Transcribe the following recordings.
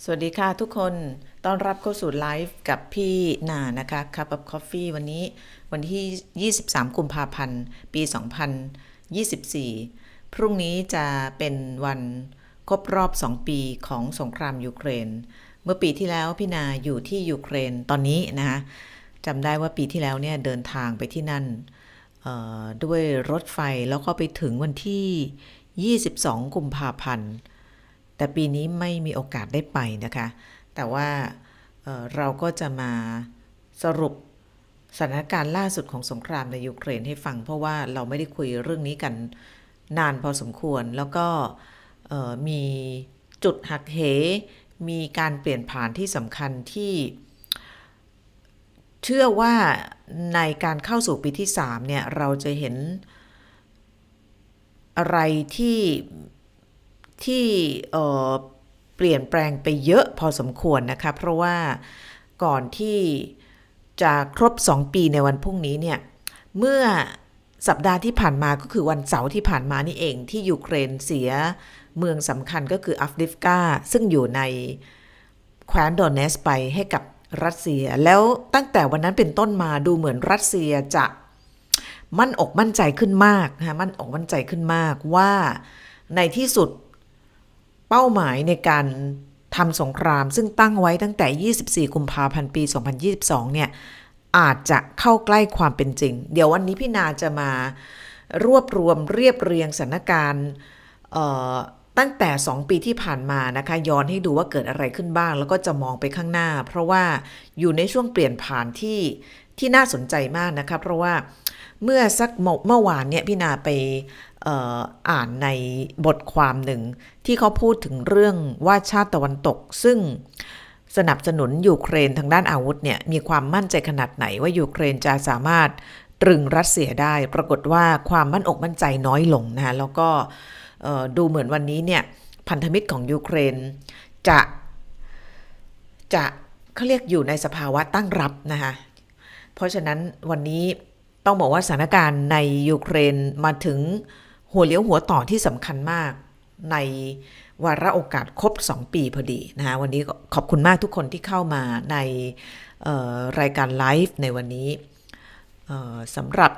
สวัสดีค่ะทุกคนต้อนรับเข้าสู่ไลฟ์กับพี่นานะคะ Cup of Coffee วันนี้วันที่23กุมภาพันธ์ปี2024พรุ่งนี้จะเป็นวันครบรอบ2ปีของสงครามยูเครนเมื่อปีที่แล้วพี่นาอยู่ที่ยูเครนตอนนี้นะคะจำได้ว่าปีที่แล้วเนี่ยเดินทางไปที่นั่นด้วยรถไฟแล้วก็ไปถึงวันที่22กุมภาพันธ์แต่ปีนี้ไม่มีโอกาสได้ไปนะคะแต่ว่าเราก็จะมาสรุปสถานการณ์ล่าสุดของสงครามในยูเครนให้ฟังเพราะว่าเราไม่ได้คุยเรื่องนี้กันนานพอสมควรแล้วก็มีจุดหักเหมีการเปลี่ยนผ่านที่สำคัญที่เชื่อว่าในการเข้าสู่ปีที่3เนี่ยเราจะเห็นอะไรที่เปลี่ยนแปลงไปเยอะพอสมควรนะคะเพราะว่าก่อนที่จะครบ2ปีในวันพรุ่งนี้เนี่ยเมื่อสัปดาห์ที่ผ่านมาก็คือวันเสาร์ที่ผ่านมานี่เองที่ยูเครนเสียเมืองสำคัญก็คืออัฟดิฟกาซึ่งอยู่ในแคว้นโดเนสไปให้กับรัสเซียแล้วตั้งแต่วันนั้นเป็นต้นมาดูเหมือนรัสเซียจะมั่นอกมั่นใจขึ้นมากนะคะมั่นอกมั่นใจขึ้นมากว่าในที่สุดเป้าหมายในการทำสงครามซึ่งตั้งไว้ตั้งแต่24กุมภาพันธ์ปี2022เนี่ยอาจจะเข้าใกล้ความเป็นจริงเดี๋ยววันนี้พี่นาจะมารวบรวมเรียบเรียงสถานการณ์ตั้งแต่2ปีที่ผ่านมานะคะย้อนให้ดูว่าเกิดอะไรขึ้นบ้างแล้วก็จะมองไปข้างหน้าเพราะว่าอยู่ในช่วงเปลี่ยนผ่านที่น่าสนใจมากนะคะเพราะว่าเมื่อสักเมื่อวานเนี่ยพี่นาไปอ่านในบทความหนึ่งที่เขาพูดถึงเรื่องว่าชาติตะวันตกซึ่งสนับสนุนยูเครนทางด้านอาวุธเนี่ยมีความมั่นใจขนาดไหนว่ายูเครนจะสามารถตรึงรัสเซียได้ปรากฏว่าความมั่นอกมั่นใจน้อยลงนะแล้วก็ดูเหมือนวันนี้เนี่ยพันธมิตรของยูเครนจะเขาเรียกอยู่ในสภาวะตั้งรับนะคะเพราะฉะนั้นวันนี้ต้องบอกว่าสถานการณ์ในยูเครนมาถึงหัวเลี้ยวหัวต่อที่สำคัญมากในวาระโอกาสครบ2ปีพอดีนะคะวันนี้ขอบคุณมากทุกคนที่เข้ามาในรายการไลฟ์ในวันนี้สำหรับ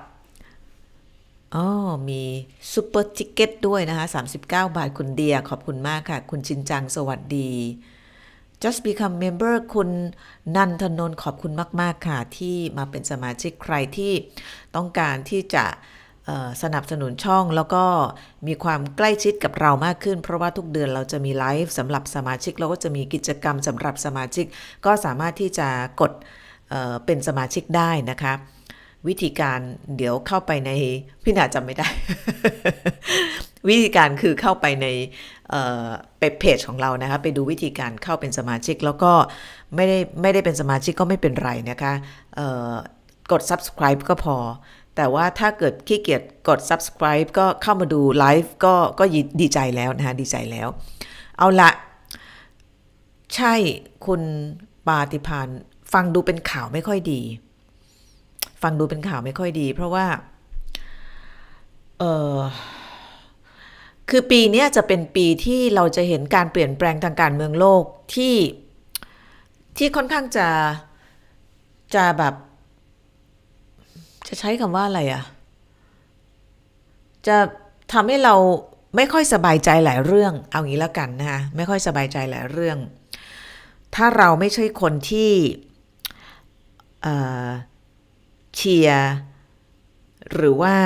มีซูเปอร์ทิกเก็ตด้วยนะคะ39 บาทคุณเดียขอบคุณมากค่ะคุณชินจังสวัสดี Just Become Member คุณนันทนนท์ขอบคุณมากๆค่ะที่มาเป็นสมาชิกใครที่ต้องการที่จะสนับสนุนช่องแล้วก็มีความใกล้ชิดกับเรามากขึ้นเพราะว่าทุกเดือนเราจะมีไลฟ์สำหรับสมาชิกเราก็จะมีกิจกรรมสำหรับสมาชิกก็สามารถที่จะกดเป็นสมาชิกได้นะคะวิธีการเดี๋ยวเข้าไปในพี่นาจำไม่ได้ วิธีการคือเข้าไปในเพจของเรานะคะไปดูวิธีการเข้าเป็นสมาชิกแล้วก็ไม่ได้เป็นสมาชิกก็ไม่เป็นไรนะคะกด subscribe ก็พอแต่ว่าถ้าเกิดขี้เกียจกด subscribe ก็เข้ามาดูไลฟ์ก็ดีใจแล้วนะคะดีใจแล้วเอาละใช่คุณปาติพานฟังดูเป็นข่าวไม่ค่อยดีเพราะว่าคือปีนี้จะเป็นปีที่เราจะเห็นการเปลี่ยนแปลงทางการเมืองโลกที่ค่อนข้างจะแบบจะใช้คำว่าอะไรอะจะทำให้เราไม่ค่อยสบายใจหลายเรื่องเอางี้แล้วกันนะคะไม่ค่อยสบายใจหลายเรื่องถ้าเราไม่ใช่คนที่เชียร์หรือว่า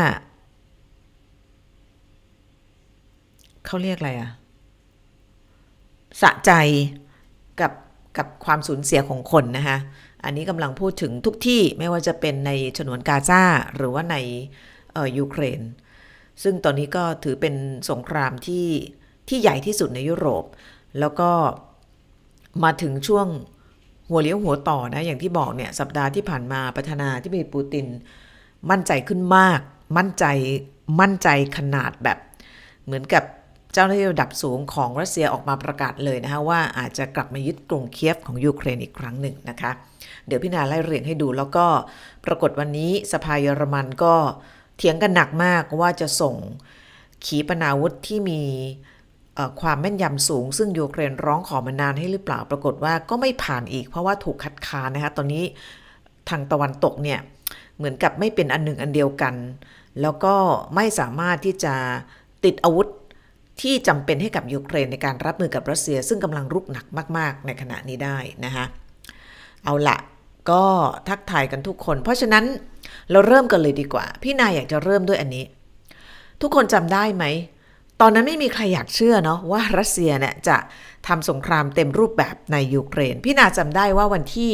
เขาเรียกอะไรอะสะใจกับความสูญเสียของคนนะคะอันนี้กำลังพูดถึงทุกที่ไม่ว่าจะเป็นในฉนวนกาซาหรือว่าในยูเครนซึ่งตอนนี้ก็ถือเป็นสงครามที่ใหญ่ที่สุดในยุโรปแล้วก็มาถึงช่วงหัวเลี้ยวหัวต่อนะอย่างที่บอกเนี่ยสัปดาห์ที่ผ่านมาประธานาธิบดีปูตินมั่นใจขึ้นมากมั่นใจขนาดแบบเหมือนกับเจ้าหน้าที่ระดับสูงของรัสเซียออกมาประกาศเลยนะคะว่าอาจจะกลับมายึดกรุงเคียฟของยูเครนอีกครั้งหนึ่งนะคะเดี๋ยวพี่นาไล่เรียงให้ดูแล้วก็ปรากฏวันนี้สภาเยอรมันก็เถียงกันหนักมากว่าจะส่งขีปนาวุธที่มีความแม่นยำสูงซึ่งยูเครนร้องขอมานานให้หรือเปล่าปรากฏว่าก็ไม่ผ่านอีกเพราะว่าถูกคัดค้านนะคะตอนนี้ทางตะวันตกเนี่ยเหมือนกับไม่เป็นอันหนึ่งอันเดียวกันแล้วก็ไม่สามารถที่จะติดอาวุธที่จำเป็นให้กับยูเครนในการรับมือกับรัสเซียซึ่งกำลังรุกหนักมากๆในขณะนี้ได้นะคะเอาละก็ทักทายกันทุกคนเพราะฉะนั้นเราเริ่มกันเลยดีกว่าพี่นายอยากจะเริ่มด้วยอันนี้ทุกคนจำได้ไหมตอนนั้นไม่มีใครอยากเชื่อเนาะว่ารัสเซียเนี่ยจะทำสงครามเต็มรูปแบบในยูเครนพี่นาจำได้ว่าวันที่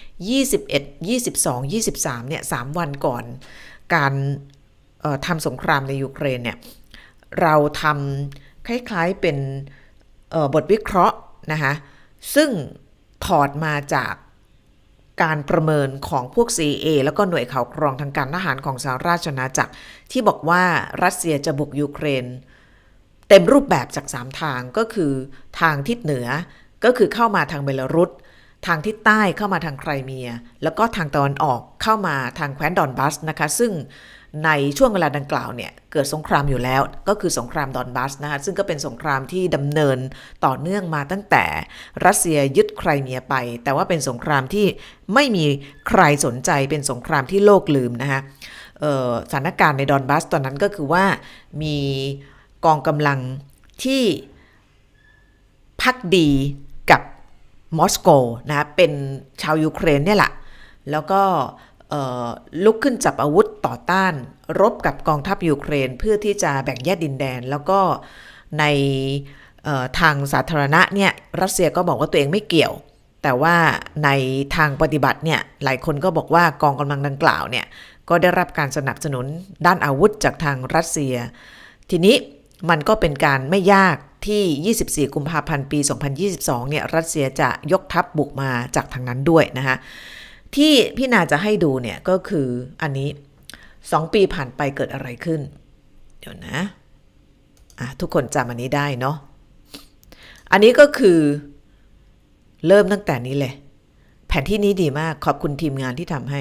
21 22 23เนี่ย3วันก่อนการทำสงครามในยูเครนเนี่ยเราทำคล้ายๆเป็นบทวิเคราะห์นะคะซึ่งถอดมาจากการประเมินของพวก CIA แล้วก็หน่วยข่าวกรองทางการทหารของสหราชอาณาจักรที่บอกว่ารัสเซียจะบุกยูเครนเต็มรูปแบบจาก3ทางก็คือทางทิศเหนือก็คือเข้ามาทางเบลารุสทางทิศใต้เข้ามาทางไครเมียแล้วก็ทางตะวันออกเข้ามาทางแคว้นดอนบัสนะคะซึ่งในช่วงเวลาดังกล่าวเนี่ยเกิดสงครามอยู่แล้วก็คือสงครามดอนบัสนะคะซึ่งก็เป็นสงครามที่ดำเนินต่อเนื่องมาตั้งแต่รัสเซียยึดไครเมียไปแต่ว่าเป็นสงครามที่ไม่มีใครสนใจเป็นสงครามที่โลกลืมนะคะสถานการณ์ในดอนบัสตอนนั้นก็คือว่ามีกองกำลังที่พักดีกับมอสโกนะเป็นชาวยูเครนเนี่ยแหละแล้วก็ลุกขึ้นจับอาวุธต่อต้านรบกับกองทัพยูเครนเพื่อที่จะแบ่งแยกดินแดนแล้วก็ในทางสาธารณะเนี่ยรัสเซียก็บอกว่าตัวเองไม่เกี่ยวแต่ว่าในทางปฏิบัติเนี่ยหลายคนก็บอกว่ากองกำลังดังกล่าวเนี่ยก็ได้รับการสนับสนุนด้านอาวุธจากทางรัสเซียทีนี้มันก็เป็นการไม่ยากที่24กุมภาพันธ์ปี2022เนี่ยรัสเซียจะยกทัพบุกมาจากทางนั้นด้วยนะคะที่พี่นาจะให้ดูเนี่ยก็คืออันนี้2ปีผ่านไปเกิดอะไรขึ้นเดี๋ยวนะทุกคนจำอันนี้ได้เนาะอันนี้ก็คือเริ่มตั้งแต่นี้เลยแผนที่นี้ดีมากขอบคุณทีมงานที่ทำให้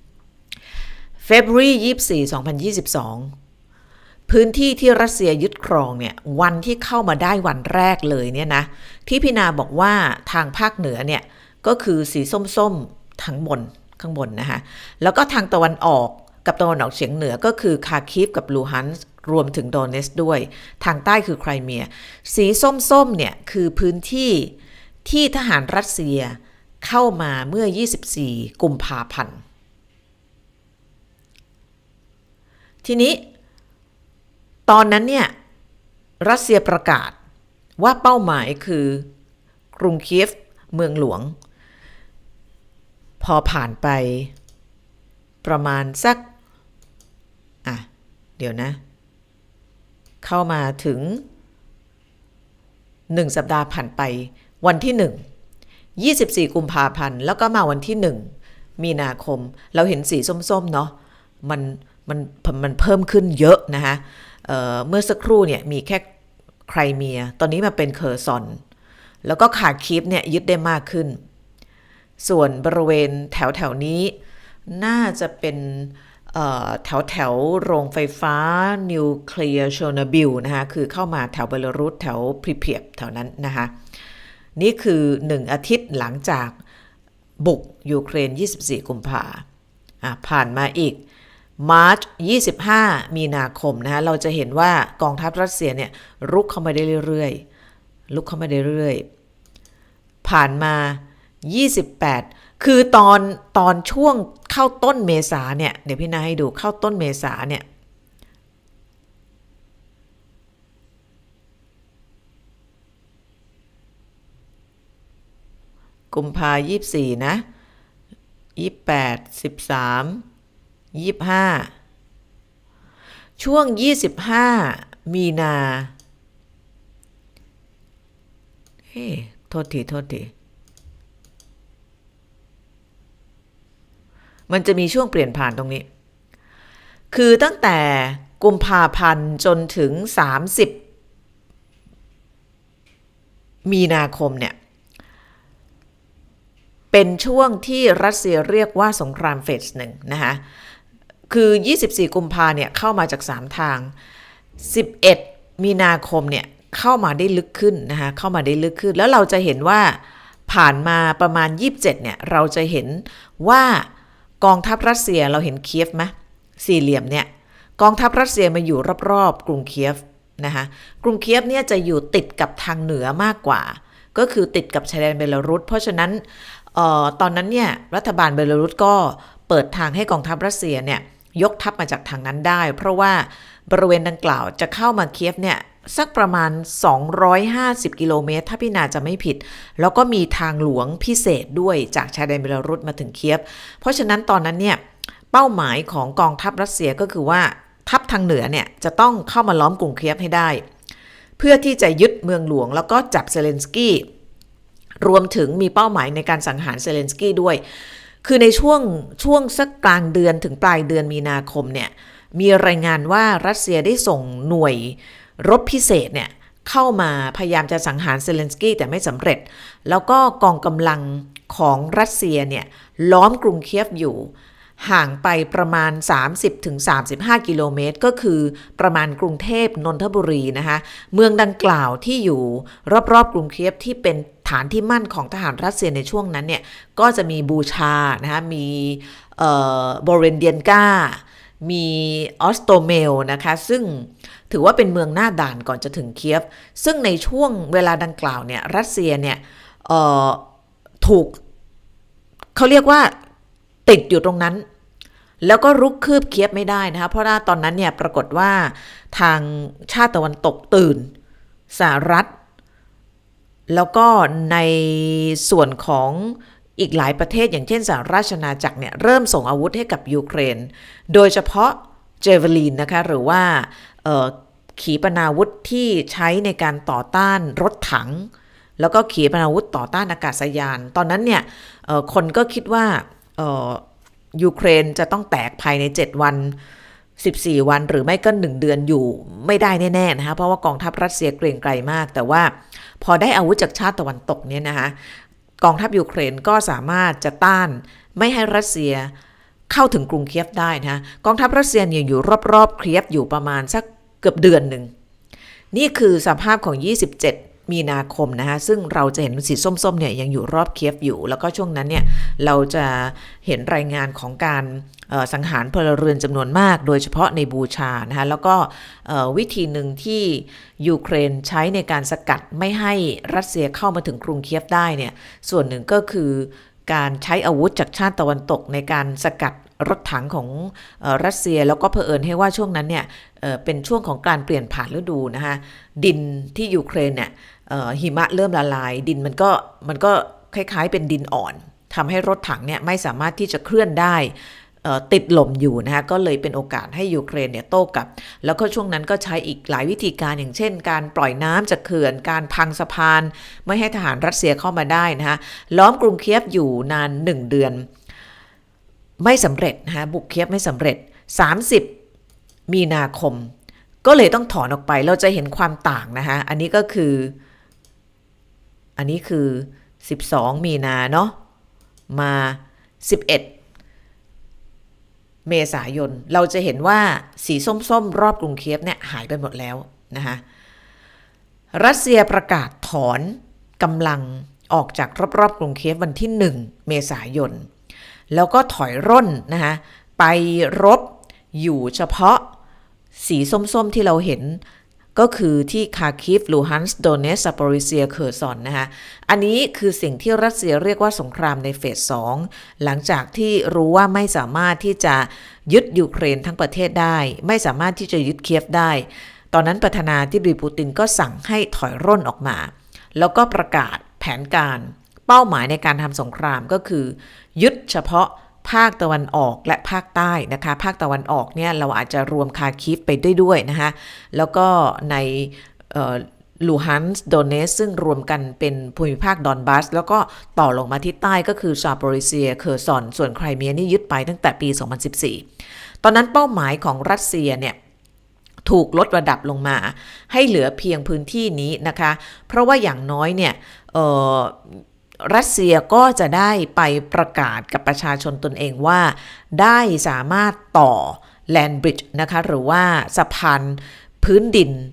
February 24 2022พื้นที่ที่รัสเซียยึดครองเนี่ยวันที่เข้ามาได้วันแรกเลยเนี่ยนะที่พี่นาบอกว่าทางภาคเหนือเนี่ยก็คือสีส้มๆทั้งบนข้างบนนะคะแล้วก็ทางตะวันออกกับตะวันออกเฉียงเหนือก็คือคาคีฟกับลูฮันส์รวมถึงโดเนสด้วยทางใต้คือไครเมียสีส้มๆเนี่ยคือพื้นที่ที่ทหารรัสเซียเข้ามาเมื่อ24กุมภาพันธ์ทีนี้ตอนนั้นเนี่ยรัสเซียประกาศว่าเป้าหมายคือกรุงเคียฟเมืองหลวงพอผ่านไปประมาณสักเดี๋ยวนะเข้ามาถึง1สัปดาห์ผ่านไปวันที่24กุมภาพันธ์แล้วก็มาวันที่1มีนาคมเราเห็นสีส้มๆเนาะมันเพิ่มขึ้นเยอะนะคะเมื่อสักครู่เนี่ยมีแค่ไครเมียตอนนี้มาเป็นเคอร์ซอนแล้วก็คาคีฟเนี่ยยึดได้มากขึ้นส่วนบริเวณแถวนี้น่าจะเป็นแถวโรงไฟฟ้านิวเคลียร์เชอร์โนบิลนะคะคือเข้ามาแถวเบลารุสแถวพริเพียฟแถวนั้นนะคะนี่คือ1อาทิตย์หลังจากบุกยูเครน24กุมภาผ่านมาอีกมาร์ช25มีนาคมนะคะเราจะเห็นว่ากองทัพรัสเซียเนี่ยรุกเข้ามาได้เรื่อยๆผ่านมา28คือตอนช่วงเข้าต้นเมษาเนี่ยเดี๋ยวพี่นาให้ดูเข้าต้นเมษาเนี่ยกุมภา24นะ28 13 25ช่วง25มีนาโทษทีมันจะมีช่วงเปลี่ยนผ่านตรงนี้คือตั้งแต่กุมภาพันธ์จนถึง30มีนาคมเนี่ยเป็นช่วงที่รัสเซียเรียกว่าสงครามเฟส1นะคะคือ24กุมภาเนี่ยเข้ามาจาก3ทาง11มีนาคมเนี่ยเข้ามาได้ลึกขึ้นนะคะเข้ามาได้ลึกขึ้นแล้วเราจะเห็นว่าผ่านมาประมาณ27เนี่ยเราจะเห็นว่ากองทัพรัสเซียเราเห็นเคียฟไหมสี่เหลี่ยมเนี่ยกองทัพรัสเซียมาอยู่รอบๆกรุงเคียฟนะคะกรุงเคียฟเนี่ยจะอยู่ติดกับทางเหนือมากกว่าก็คือติดกับชายแดนเบลารุสเพราะฉะนั้นตอนนั้นเนี่ยรัฐบาลเบลารุสก็เปิดทางให้กองทัพรัสเซียเนี่ยยกทัพมาจากทางนั้นได้เพราะว่าบริเวณดังกล่าวจะเข้ามาเคียฟเนี่ยสักประมาณ250กิโลเมตรถ้าพี่นาจะไม่ผิดแล้วก็มีทางหลวงพิเศษด้วยจากชายแดนเบลารุสมาถึงเคียฟเพราะฉะนั้นตอนนั้นเนี่ยเป้าหมายของกองทัพรัสเซียก็คือว่าทัพทางเหนือเนี่ยจะต้องเข้ามาล้อมกรุงเคียฟให้ได้เพื่อที่จะยึดเมืองหลวงแล้วก็จับเซเลนสกี้รวมถึงมีเป้าหมายในการสังหารเซเลนสกี้ด้วยคือในช่วงสักกลางเดือนถึงปลายเดือนมีนาคมเนี่ยมีรายงานว่ารัสเซียได้ส่งหน่วยรบพิเศษเนี่ยเข้ามาพยายามจะสังหารเซเลนสกี้แต่ไม่สำเร็จแล้วก็กองกำลังของรัสเซียเนี่ยล้อมกรุงเคียฟอยู่ห่างไปประมาณ 30-35 กิโลเมตรก็คือประมาณกรุงเทพนนทบุรีนะคะเมืองดังกล่าวที่อยู่รอบๆกรุงเคียฟที่เป็นฐานที่มั่นของทหารรัสเซียในช่วงนั้นเนี่ยก็จะมีบูชานะคะมีโบเรนเดียนกามีออสโตเมลนะคะซึ่งถือว่าเป็นเมืองหน้าด่านก่อนจะถึงเคียฟซึ่งในช่วงเวลาดังกล่าวเนี่ยรัสเซียเนี่ยถูกเขาเรียกว่าติดอยู่ตรงนั้นแล้วก็รุกคืบเคียฟไม่ได้นะคะเพราะว่าตอนนั้นเนี่ยปรากฏว่าทางชาติตะวันตกตื่นสหรัฐแล้วก็ในส่วนของอีกหลายประเทศอย่างเช่นสหราชอาณาจักรเนี่ยเริ่มส่งอาวุธให้กับยูเครนโดยเฉพาะเจเวลินนะคะหรือว่าขีปนาวุธที่ใช้ในการต่อต้านรถถังแล้วก็ขีปนาวุธต่อต้านอากาศยานตอนนั้นเนี่ยคนก็คิดว่ายูเครนจะต้องแตกภายใน7วัน14วันหรือไม่ก็1เดือนอยู่ไม่ได้แน่ๆนะคะเพราะว่ากองทัพรัสเซียเกรียงไกรมากแต่ว่าพอได้อาวุธจากชาติตะวันตกเนี่ยนะคะกองทัพยูเครนก็สามารถจะต้านไม่ให้รัสเซียเข้าถึงกรุงเคียฟได้นะกองทัพรัสเซียอยู่รอบๆเคียฟอยู่ประมาณสักเกือบเดือนหนึ่งนี่คือสภาพของ27มีนาคมนะคะซึ่งเราจะเห็นสีส้มๆเนี่ยยังอยู่รอบเคียฟอยู่แล้วก็ช่วงนั้นเนี่ยเราจะเห็นรายงานของการสังหารพลเรือนจำนวนมากโดยเฉพาะในบูชานะคะแล้วก็วิธีหนึ่งที่ยูเครนใช้ในการสกัดไม่ให้รัสเซียเข้ามาถึงกรุงเคียฟได้เนี่ยส่วนหนึ่งก็คือการใช้อาวุธจากชาติตะวันตกในการสกัดรถถังของรัสเซียแล้วก็เผอิญให้ว่าช่วงนั้นเนี่ยเป็นช่วงของการเปลี่ยนผ่านฤดูนะคะดินที่ยูเครนเนี่ยหิมะเริ่มละลายดินมันก็คล้ายๆเป็นดินอ่อนทำให้รถถังเนี่ยไม่สามารถที่จะเคลื่อนได้ติดลมอยู่นะคะก็เลยเป็นโอกาสให้ยูเครนเนี่ยโต้กลับแล้วก็ช่วงนั้นก็ใช้อีกหลายวิธีการอย่างเช่นการปล่อยน้ำจากเขื่อนการพังสะพานไม่ให้ทหารรัสเซียเข้ามาได้นะคะล้อมกรุงเคียฟอยู่นาน1เดือนไม่สำเร็จนะคะบุกเคียฟไม่สำเร็จ30มีนาคมก็เลยต้องถอนออกไปเราจะเห็นความต่างนะคะอันนี้คือ12มีนาเนาะมา11เมษายนเราจะเห็นว่าสีส้มๆรอบกรุงเคียฟเนี่ยหายไปหมดแล้วนะคะรัสเซียประกาศถอนกำลังออกจากรอบๆกรุงเคียฟวันที่1เมษายนแล้วก็ถอยร่นนะคะไปรบอยู่เฉพาะสีส้มๆที่เราเห็นก็คือที่คาคิฟลูฮันส์โดเนสซาโปริเซียเคอร์ซอนนะคะอันนี้คือสิ่งที่รัสเซียเรียกว่าสงครามในเฟส2หลังจากที่รู้ว่าไม่สามารถที่จะยึดยูเครนทั้งประเทศได้ไม่สามารถที่จะยึดเคียฟได้ตอนนั้นประธานาธิบดีปูตินก็สั่งให้ถอยร่นออกมาแล้วก็ประกาศแผนการเป้าหมายในการทำสงครามก็คือยึดเฉพาะภาคตะวันออกและภาคใต้นะคะภาคตะวันออกเนี่ยเราอาจจะรวมคาคิฟไปด้วยนะคะแล้วก็ในลูฮันส์โดเนสซึ่งรวมกันเป็นภูมิภาคดอนบัสแล้วก็ต่อลงมาที่ใต้ก็คือซาโปริเซียเคอร์ซอนส่วนไครเมียนี่ยึดไปตั้งแต่ปี2014ตอนนั้นเป้าหมายของรัสเซียเนี่ยถูกลดระดับลงมาให้เหลือเพียงพื้นที่นี้นะคะเพราะว่าอย่างน้อยเนี่ยรัสเซียก็จะได้ไปประกาศกับประชาชนตนเองว่าได้สามารถต่อแลนด์บริดจ์นะคะหรือว่าสะพานพื้นดิน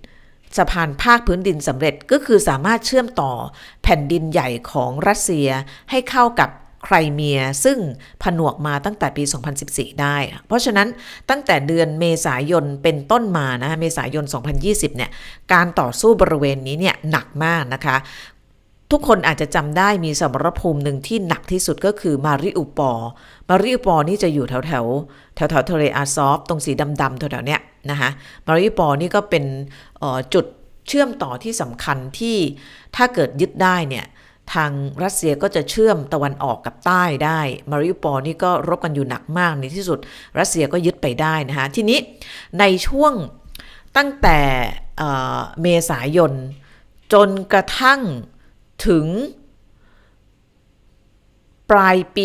สะพานภาคพื้นดินสำเร็จก็คือสามารถเชื่อมต่อแผ่นดินใหญ่ของรัสเซียให้เข้ากับไครเมียซึ่งผนวกมาตั้งแต่ปี 2014 ได้เพราะฉะนั้นตั้งแต่เดือนเมษายนเป็นต้นมานะเมษายน 2020 เนี่ยการต่อสู้บริเวณนี้เนี่ยหนักมากนะคะทุกคนอาจจะจำได้มีสมรภูมิหนึ่งที่หนักที่สุดก็คือมาริอุปอลนี่จะอยู่แถวทะเลอาซอฟตรงสีดำๆแถวๆเนี้ยนะคะมาริอุปอลนี่ก็เป็นจุดเชื่อมต่อที่สำคัญที่ถ้าเกิดยึดได้เนี่ยทางรัสเซียก็จะเชื่อมตะวันออกกับใต้ได้มาริอุปอลนี่ก็รบกันอยู่หนักมากในที่สุดรัสเซียก็ยึดไปได้นะคะทีนี้ในช่วงตั้งแต่เมษายนจนกระทั่งถึงปลายปี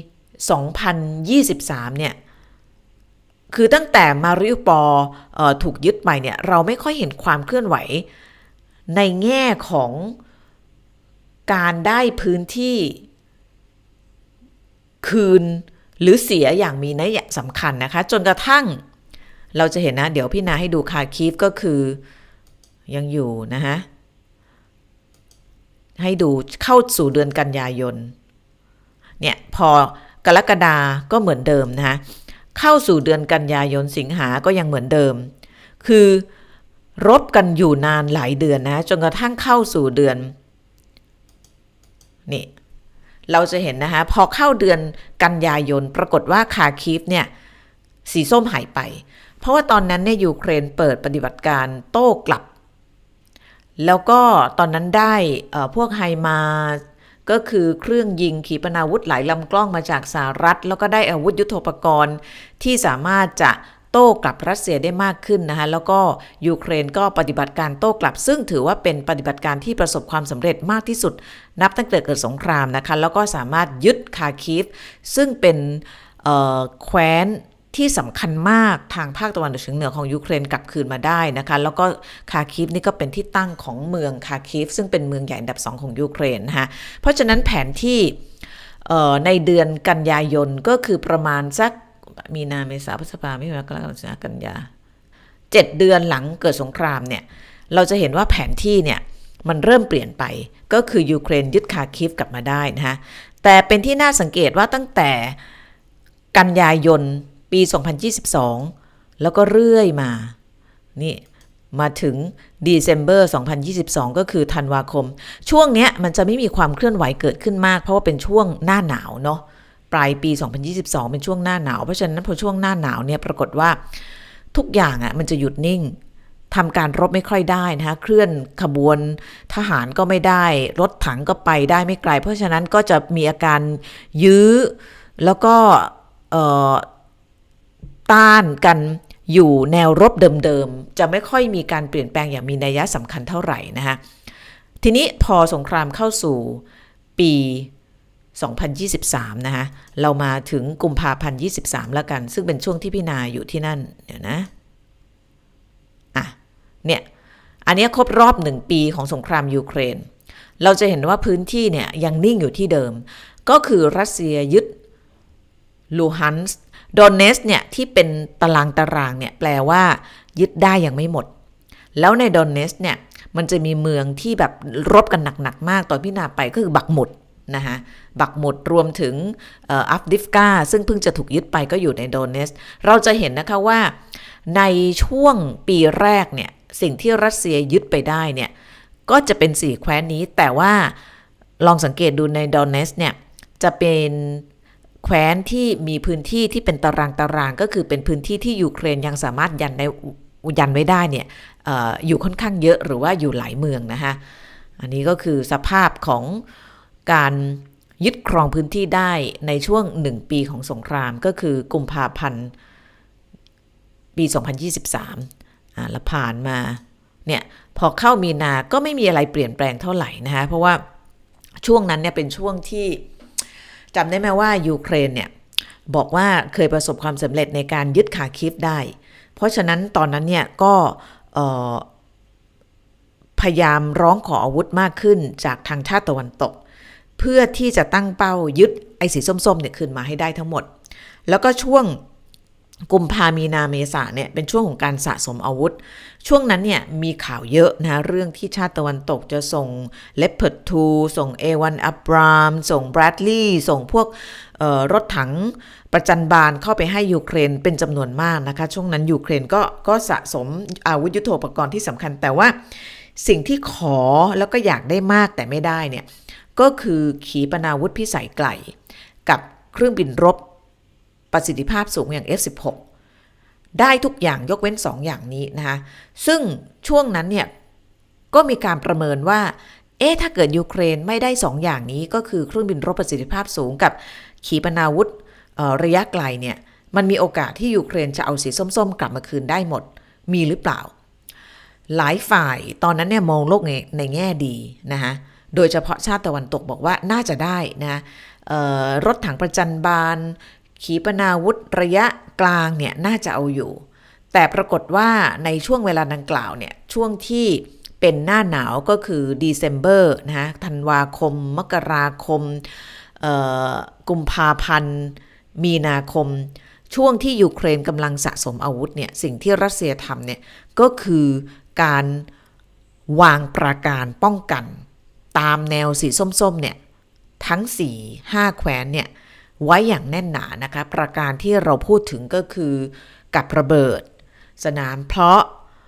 2023 เนี่ยคือตั้งแต่มาริอุปอลถูกยึดไปเนี่ยเราไม่ค่อยเห็นความเคลื่อนไหวในแง่ของการได้พื้นที่คืนหรือเสียอย่างมีนัยสำคัญนะคะจนกระทั่งเราจะเห็นนะเดี๋ยวพี่นาให้ดูคาคีฟก็คือยังอยู่นะฮะให้ดูเข้าสู่เดือนกันยายนเนี่ยพอกรกฎาก็เหมือนเดิมนะคะเข้าสู่เดือนกันยายนสิงหาก็ยังเหมือนเดิมคือรบกันอยู่นานหลายเดือนนะจนกระทั่งเข้าสู่เดือนนี่เราจะเห็นนะคะพอเข้าเดือนกันยายนปรากฏว่าคาคีฟเนี่ยสีส้มหายไปเพราะว่าตอนนั้นเนี่ยยูเครนเปิดปฏิบัติการโต้กลับแล้วก็ตอนนั้นได้พวกไฮมาก็คือเครื่องยิงขีปนาวุธหลายลำกล้องมาจากสหรัฐแล้วก็ได้อาวุธยุทโธปกรณ์ที่สามารถจะโต้กลับรัสเซียได้มากขึ้นนะคะแล้วก็ยูเครนก็ปฏิบัติการโต้กลับซึ่งถือว่าเป็นปฏิบัติการที่ประสบความสำเร็จมากที่สุดนับตั้งแต่เกิดสงครามนะคะแล้วก็สามารถยึดคาคีฟซึ่งเป็นแคว้นที่สำคัญมากทางภาคตะวันออกเฉียงเหนือของยูเครนกลับคืนมาได้นะคะแล้วก็คาคีฟนี่ก็เป็นที่ตั้งของเมืองคาคีฟซึ่งเป็นเมืองใหญ่อันดับ2ของยูเครนนะคะเพราะฉะนั้นแผนที่ในเดือนกันยายนก็คือประมาณสักมีนาเมษาพฤษภาคมมิถุนายนกรกฎาคมสิงหากันยา7เดือนหลังเกิดสงครามเนี่ยเราจะเห็นว่าแผนที่เนี่ยมันเริ่มเปลี่ยนไปก็คือยูเครนยึดคาคีฟกลับมาได้นะคะแต่เป็นที่น่าสังเกตว่าตั้งแต่กันยายนปี 2022 แล้วก็เรื่อยมานี่มาถึง December 2022 ก็คือธันวาคมช่วงเนี้ยมันจะไม่มีความเคลื่อนไหวเกิดขึ้นมากเพราะว่าเป็นช่วงหน้าหนาวเนาะปลายปี 2022 เป็นช่วงหน้าหนาวเพราะฉะนั้นพอช่วงหน้าหนาวเนี่ยปรากฏว่าทุกอย่างมันจะหยุดนิ่งทำการรบไม่ค่อยได้นะคะเคลื่อนขบวนทหารก็ไม่ได้รถถังก็ไปได้ไม่ไกลเพราะฉะนั้นก็จะมีอาการยื้อแล้วก็ต้านกันอยู่แนวรบเดิมๆจะไม่ค่อยมีการเปลี่ยนแปลงอย่างมีนัยสำคัญเท่าไหร่นะคะทีนี้พอสงครามเข้าสู่ปี 2023 นะคะเรามาถึงกุมภาพันธ์ 23 แล้วกันซึ่งเป็นช่วงที่พี่นาอยู่ที่นั่นเดี๋ยวนะเนี่ยอันนี้ครบรอบ1ปีของสงครามยูเครนเราจะเห็นว่าพื้นที่เนี่ยยังนิ่งอยู่ที่เดิมก็คือรัสเซียยึดลูฮันส์โดเนสเนี่ยที่เป็นตารางเนี่ยแปลว่ายึดได้ยังไม่หมดแล้วในโดเนสเนี่ยมันจะมีเมืองที่แบบรบกันหนักๆมากตอนพี่นาไปก็คือบักมุดนะคะบักมุดรวมถึงอัฟดิฟกาซึ่งเพิ่งจะถูกยึดไปก็อยู่ในโดเนสเราจะเห็นนะคะว่าในช่วงปีแรกเนี่ยสิ่งที่รัสเซียยึดไปได้เนี่ยก็จะเป็น4แคว้นนี้แต่ว่าลองสังเกตดูในโดเนสเนี่ยจะเป็นแคว้นที่มีพื้นที่ที่เป็นตารางก็คือเป็นพื้นที่ที่ยูเครนยังสามารถยันไว้ได้เนี่ยอยู่ค่อนข้างเยอะหรือว่าอยู่หลายเมืองนะคะอันนี้ก็คือสภาพของการยึดครองพื้นที่ได้ในช่วง1ปีของสงครามก็คือกุมภาพันธ์ปี 2023แล้วผ่านมาเนี่ยพอเข้ามีนาก็ไม่มีอะไรเปลี่ยนแปลงเท่าไหร่นะคะเพราะว่าช่วงนั้นเนี่ยเป็นช่วงที่จำได้ไหมว่ายูเครนเนี่ยบอกว่าเคยประสบความสำเร็จในการยึดคาคีฟได้เพราะฉะนั้นตอนนั้นเนี่ยก็พยายามร้องขออาวุธมากขึ้นจากทางชาติตะวันตกเพื่อที่จะตั้งเป้ายึดไอ้สีส้มๆเนี่ยคืนมาให้ได้ทั้งหมดแล้วก็ช่วงกุมภามีนาเมษาเนี่ยเป็นช่วงของการสะสมอาวุธช่วงนั้นเนี่ยมีข่าวเยอะนะเรื่องที่ชาติตะวันตกจะส่งเลปเพิร์ด2ส่ง A1 อับรามส่งแบรดลีย์ส่งพวกรถถังประจันบานเข้าไปให้ยูเครนเป็นจำนวนมากนะคะช่วงนั้นยูเครนก็สะสมอาวุธยุทโธปกรณ์ที่สำคัญแต่ว่าสิ่งที่ขอแล้วก็อยากได้มากแต่ไม่ได้เนี่ยก็คือขีปนาวุธพิสัยไกลกับเครื่องบินรบประสิทธิภาพสูงอย่าง F16 ได้ทุกอย่างยกเว้น2 อย่างนี้นะคะซึ่งช่วงนั้นเนี่ยก็มีการประเมินว่าถ้าเกิดยูเครนไม่ได้2 อย่างนี้ก็คือเครื่องบินรบประสิทธิภาพสูงกับขีปนาวุธระยะไกลเนี่ยมันมีโอกาสที่ยูเครนจะเอาสีส้มๆกลับมาคืนได้หมดมีหรือเปล่าหลายฝ่ายตอนนั้นเนี่ยมองโลกในแง่ดีนะคะโดยเฉพาะชาติตะวันตกบอกว่าน่าจะได้นะรถถังประจันบานขีปนาวุธระยะกลางเนี่ยน่าจะเอาอยู่แต่ปรากฏว่าในช่วงเวลาดังกล่าวเนี่ยช่วงที่เป็นหน้าหนาวก็คือ December นะธันวาคมมกราคมกุมภาพันธ์มีนาคมช่วงที่ยูเครนกำลังสะสมอาวุธเนี่ยสิ่งที่รัสเซียทำเนี่ยก็คือการวางปราการป้องกันตามแนวสีส้มๆเนี่ยทั้ง 4-5 แคว้นเนี่ยไว้อย่างแน่นหนานะคะปราการที่เราพูดถึงก็คือกับระเบิดสนามเพาะ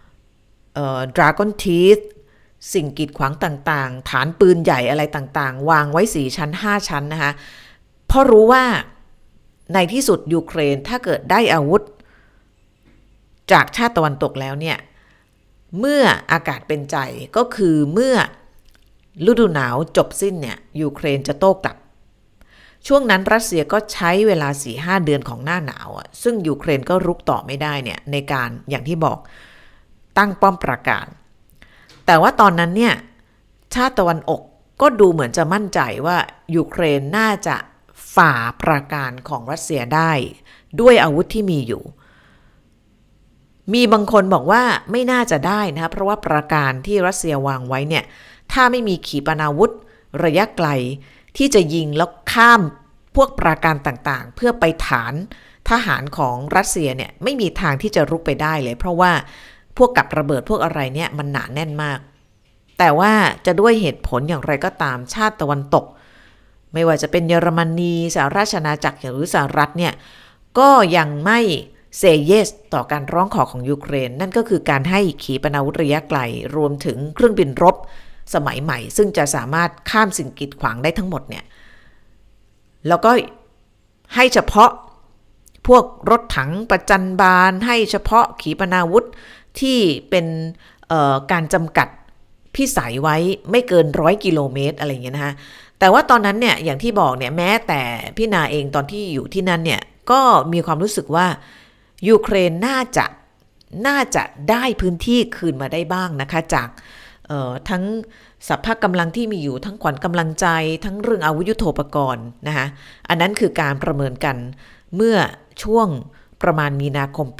Dragon Teeth สิ่งกีดขวางต่างๆฐานปืนใหญ่อะไรต่างๆวางไว้4 ชั้น 5 ชั้นนะคะเพราะรู้ว่าในที่สุดยูเครนถ้าเกิดได้อาวุธจากชาติตะวันตกแล้วเนี่ยเมื่ออากาศเป็นใจก็คือเมื่อฤดูหนาวจบสิ้นเนี่ยยูเครนจะโต้กลับช่วงนั้นรัสเซียก็ใช้เวลา 4-5 เดือนของหน้าหนาวซึ่งยูเครนก็รุกต่อไม่ได้เนี่ยในการอย่างที่บอกตั้งป้อมปราการแต่ว่าตอนนั้นเนี่ยชาติตะวันออกก็ดูเหมือนจะมั่นใจว่ายูเครนน่าจะฝ่าปราการของรัสเซียได้ด้วยอาวุธที่มีอยู่มีบางคนบอกว่าไม่น่าจะได้นะคะเพราะว่าปราการที่รัสเซียวางไว้เนี่ยถ้าไม่มีขีปนาวุธระยะไกลที่จะยิงแล้วข้ามพวกปราการต่างๆเพื่อไปฐานทหารของรัสเซียเนี่ยไม่มีทางที่จะรุกไปได้เลยเพราะว่าพวกกับระเบิดพวกอะไรเนี่ยมันหนาแน่นมากแต่ว่าจะด้วยเหตุผลอย่างไรก็ตามชาติตะวันตกไม่ว่าจะเป็นเยอรมนีสหราชอาณาจักรหรือสหรัฐเนี่ยก็ยังไม่เซเยสต่อการร้องขอของยูเครนนั่นก็คือการให้ขีปนาวุธระยะไกลรวมถึงเครื่องบินรบสมัยใหม่ซึ่งจะสามารถข้ามสิ่งกีดขวางได้ทั้งหมดเนี่ยแล้วก็ให้เฉพาะพวกรถถังประจันบานให้เฉพาะขีปนาวุธที่เป็นการจำกัดพิสัยไว้ไม่เกิน100 กิโลเมตรอะไรอย่างเงี้ยนะคะแต่ว่าตอนนั้นเนี่ยอย่างที่บอกเนี่ยแม้แต่พี่นาเองตอนที่อยู่ที่นั่นเนี่ยก็มีความรู้สึกว่ายูเครนน่าจะได้พื้นที่คืนมาได้บ้างนะคะจากทั้งสัพพะกำลังที่มีอยู่ทั้งขวัญกำลังใจทั้งเรื่องอาวุธยุทโธปกรณ์นะคะอันนั้นคือการประเมินกันเมื่อช่วงประมาณมีนาคมปี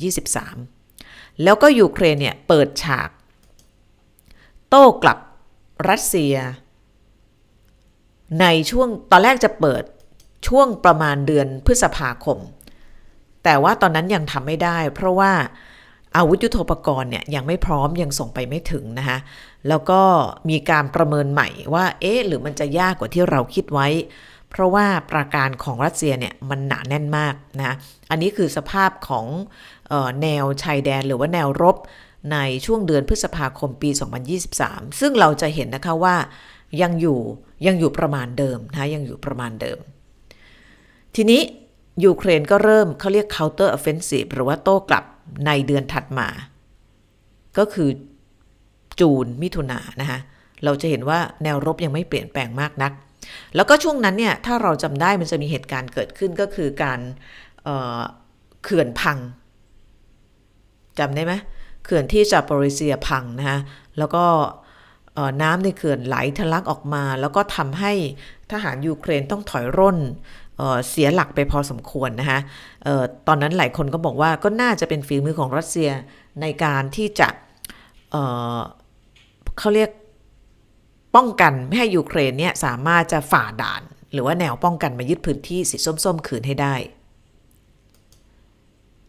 2023 แล้วก็ยูเครนเนี่ยเปิดฉากโต้กลับรัสเซียในช่วงตอนแรกจะเปิดช่วงประมาณเดือนพฤษภาคมแต่ว่าตอนนั้นยังทำไม่ได้เพราะว่าอาวุธยุทโธปกรณ์เนี่ยยังไม่พร้อมยังส่งไปไม่ถึงนะคะแล้วก็มีการประเมินใหม่ว่าหรือมันจะยากกว่าที่เราคิดไว้เพราะว่าปราการของรัสเซียเนี่ยมันหนาแน่นมากนะอันนี้คือสภาพของแนวชายแดนหรือว่าแนวรบในช่วงเดือนพฤษภาคมปี 2023 ซึ่งเราจะเห็นนะคะว่ายังอยู่ประมาณเดิมนะยังอยู่ประมาณเดิมทีนี้ยูเครนก็เริ่มเขาเรียก counter offensive หรือว่าโต้กลับในเดือนถัดมาก็คือจูนมิถุนายนนะคะเราจะเห็นว่าแนวรบยังไม่เปลี่ยนแปลงมากนักแล้วก็ช่วงนั้นเนี่ยถ้าเราจำได้มันจะมีเหตุการณ์เกิดขึ้นก็คือการเขื่อนพังจำได้ไหมเขื่อนที่ซาโปริเซียพังนะคะแล้วก็น้ำในเขื่อนไหลทะลักออกมาแล้วก็ทำให้ทหารยูเครนต้องถอยร่นเสียหลักไปพอสมควรนะคะตอนนั้นหลายคนก็บอกว่าก็น่าจะเป็นฝีมือของรัสเซียในการที่จะเขาเรียกป้องกันไม่ให้ยูเครนเนี่ยสามารถจะฝ่าด่านหรือว่าแนวป้องกันมายึดพื้นที่สีส้มๆคืนให้ได้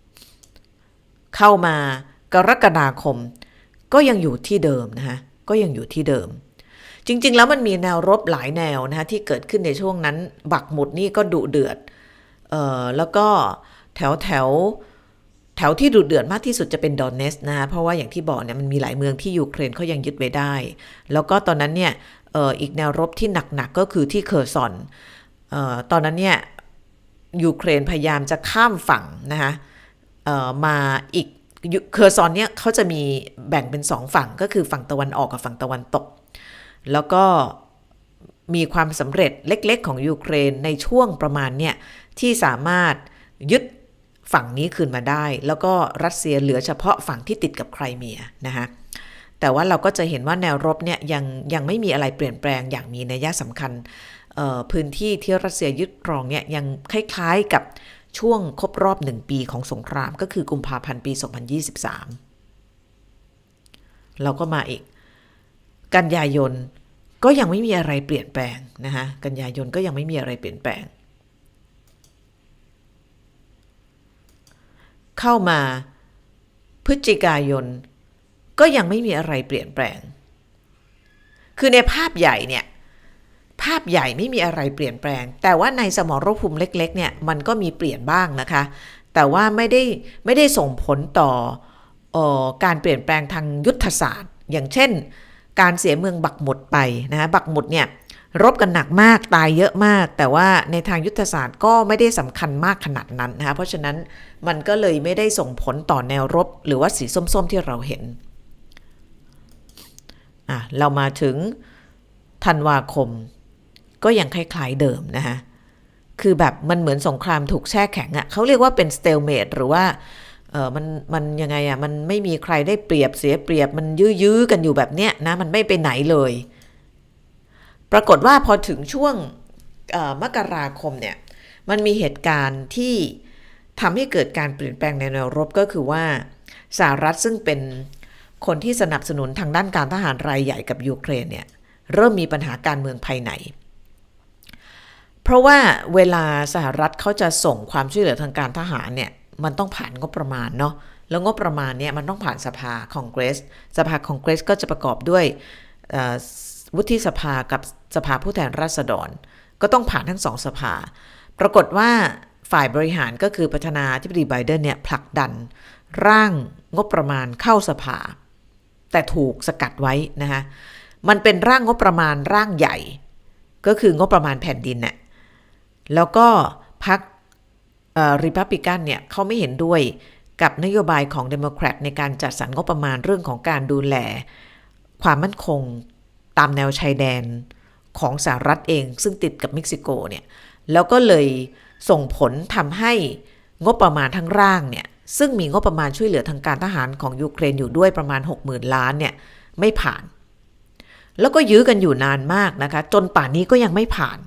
เข้ามากรกฎาคมก็ยังอยู่ที่เดิมนะคะก็ยังอยู่ที่เดิมจริงๆแล้วมันมีแนวรบหลายแนวนะคะที่เกิดขึ้นในช่วงนั้นบักมุดนี่ก็ดุเดือดแล้วก็แถวที่ดุเดือดมากที่สุดจะเป็นดอนเนสนะคะเพราะว่าอย่างที่บอกเนี่ยมันมีหลายเมืองที่ยูเครนเขายังยึดไว้ได้แล้วก็ตอนนั้นเนี่ยอีกแนวรบที่หนักๆก็คือที่เคอร์ซอนตอนนั้นเนี่ยยูเครนพยายามจะข้ามฝั่งนะคะมาอีกเคอร์ซอนเนี่ยเขาจะมีแบ่งเป็น2ฝั่งก็คือฝั่งตะวันออกกับฝั่งตะวันตกแล้วก็มีความสำเร็จเล็กๆของยูเครนในช่วงประมาณเนี่ยที่สามารถยึดฝั่งนี้คืนมาได้แล้วก็รัสเซียเหลือเฉพาะฝั่งที่ติดกับไครเมียนะคะแต่ว่าเราก็จะเห็นว่าแนวรบเนี่ยยังไม่มีอะไรเปลี่ยนแปลงอย่างมีนัยสำคัญพื้นที่ที่รัสเซียยึดครองเนี่ยยังคล้ายๆกับช่วงครบรอบ1 ปีของสงครามก็คือกุมภาพันธ์ปี 2023เราก็มาอีกกันยายนก็ยังไม่มีอะไรเปลี่ยนแปลงนะคะกันยายนก็ยังไม่มีอะไรเปลี่ยนแปลงเข้ามาพฤศจิกายนก็ยังไม่มีอะไรเปลี่ยนแปลงคือในภาพใหญ่เนี่ยภาพใหญ่ไม่มีอะไรเปลี่ยนแปลงแต่ว่าในสมรภูมิเล็กๆเนี่ยมันก็มีเปลี่ยนบ้างนะคะแต่ว่าไม่ได้ส่งผลต่อการเปลี่ยนแปลงทางยุทธศาสตร์อย่างเช่นการเสียเมืองบักมุดไปนะคะบักมุดเนี่ยรบกันหนักมากตายเยอะมากแต่ว่าในทางยุทธศาสตร์ก็ไม่ได้สำคัญมากขนาดนั้นนะคะเพราะฉะนั้นมันก็เลยไม่ได้ส่งผลต่อแนวรบหรือว่าสีส้มๆที่เราเห็นเรามาถึงธันวาคมก็ยังคล้ายๆเดิมนะคะคือแบบมันเหมือนสงครามถูกแช่แข็งเขาเรียกว่าเป็นสเตลเมทหรือว่ามันยังไงมันไม่มีใครได้เปรียบเสียเปรียบมันยื้อๆกันอยู่แบบเนี้ยนะมันไม่ไปไหนเลยปรากฏว่าพอถึงช่วงมกราคมเนี่ยมันมีเหตุการณ์ที่ทำให้เกิดการเปลี่ยนแปลงในแนวรบก็คือว่าสหรัฐซึ่งเป็นคนที่สนับสนุนทางด้านการทหารรายใหญ่กับยูเครนเนี่ยเริ่มมีปัญหาการเมืองภายในเพราะว่าเวลาสหรัฐเขาจะส่งความช่วยเหลือทางการทหารเนี่ยมันต้องผ่านงบประมาณเนาะแล้วงบประมาณเนี่ยมันต้องผ่านสภาคองเกรสก็จะประกอบด้วยวุฒิสภากับสภาผู้แทนราษฎรก็ต้องผ่านทั้ง2สภาปรากฏว่าฝ่ายบริหารก็คือประธานาธิบดีไบเดนเนี่ยผลักดันร่างงบประมาณเข้าสภาแต่ถูกสกัดไว้นะคะมันเป็นร่างงบประมาณร่างใหญ่ก็คืองบประมาณแผ่นดินเนี่ยแล้วก็พรรครีพับลิกันเนี่ยเขาไม่เห็นด้วยกับนโยบายของเดโมแครตในการจัดสรรงบประมาณเรื่องของการดูแลความมั่นคงตามแนวชายแดนของสหรัฐเองซึ่งติดกับเม็กซิโกเนี่ยแล้วก็เลยส่งผลทำให้งบประมาณทั้งร่างเนี่ยซึ่งมีงบประมาณช่วยเหลือทางการทหารของยูเครนอยู่ด้วยประมาณ 60,000 ล้านเนี่ยไม่ผ่านแล้วก็ยื้อกันอยู่นานมากนะคะจนป่านนี้ก็ยังไม่ผ่าน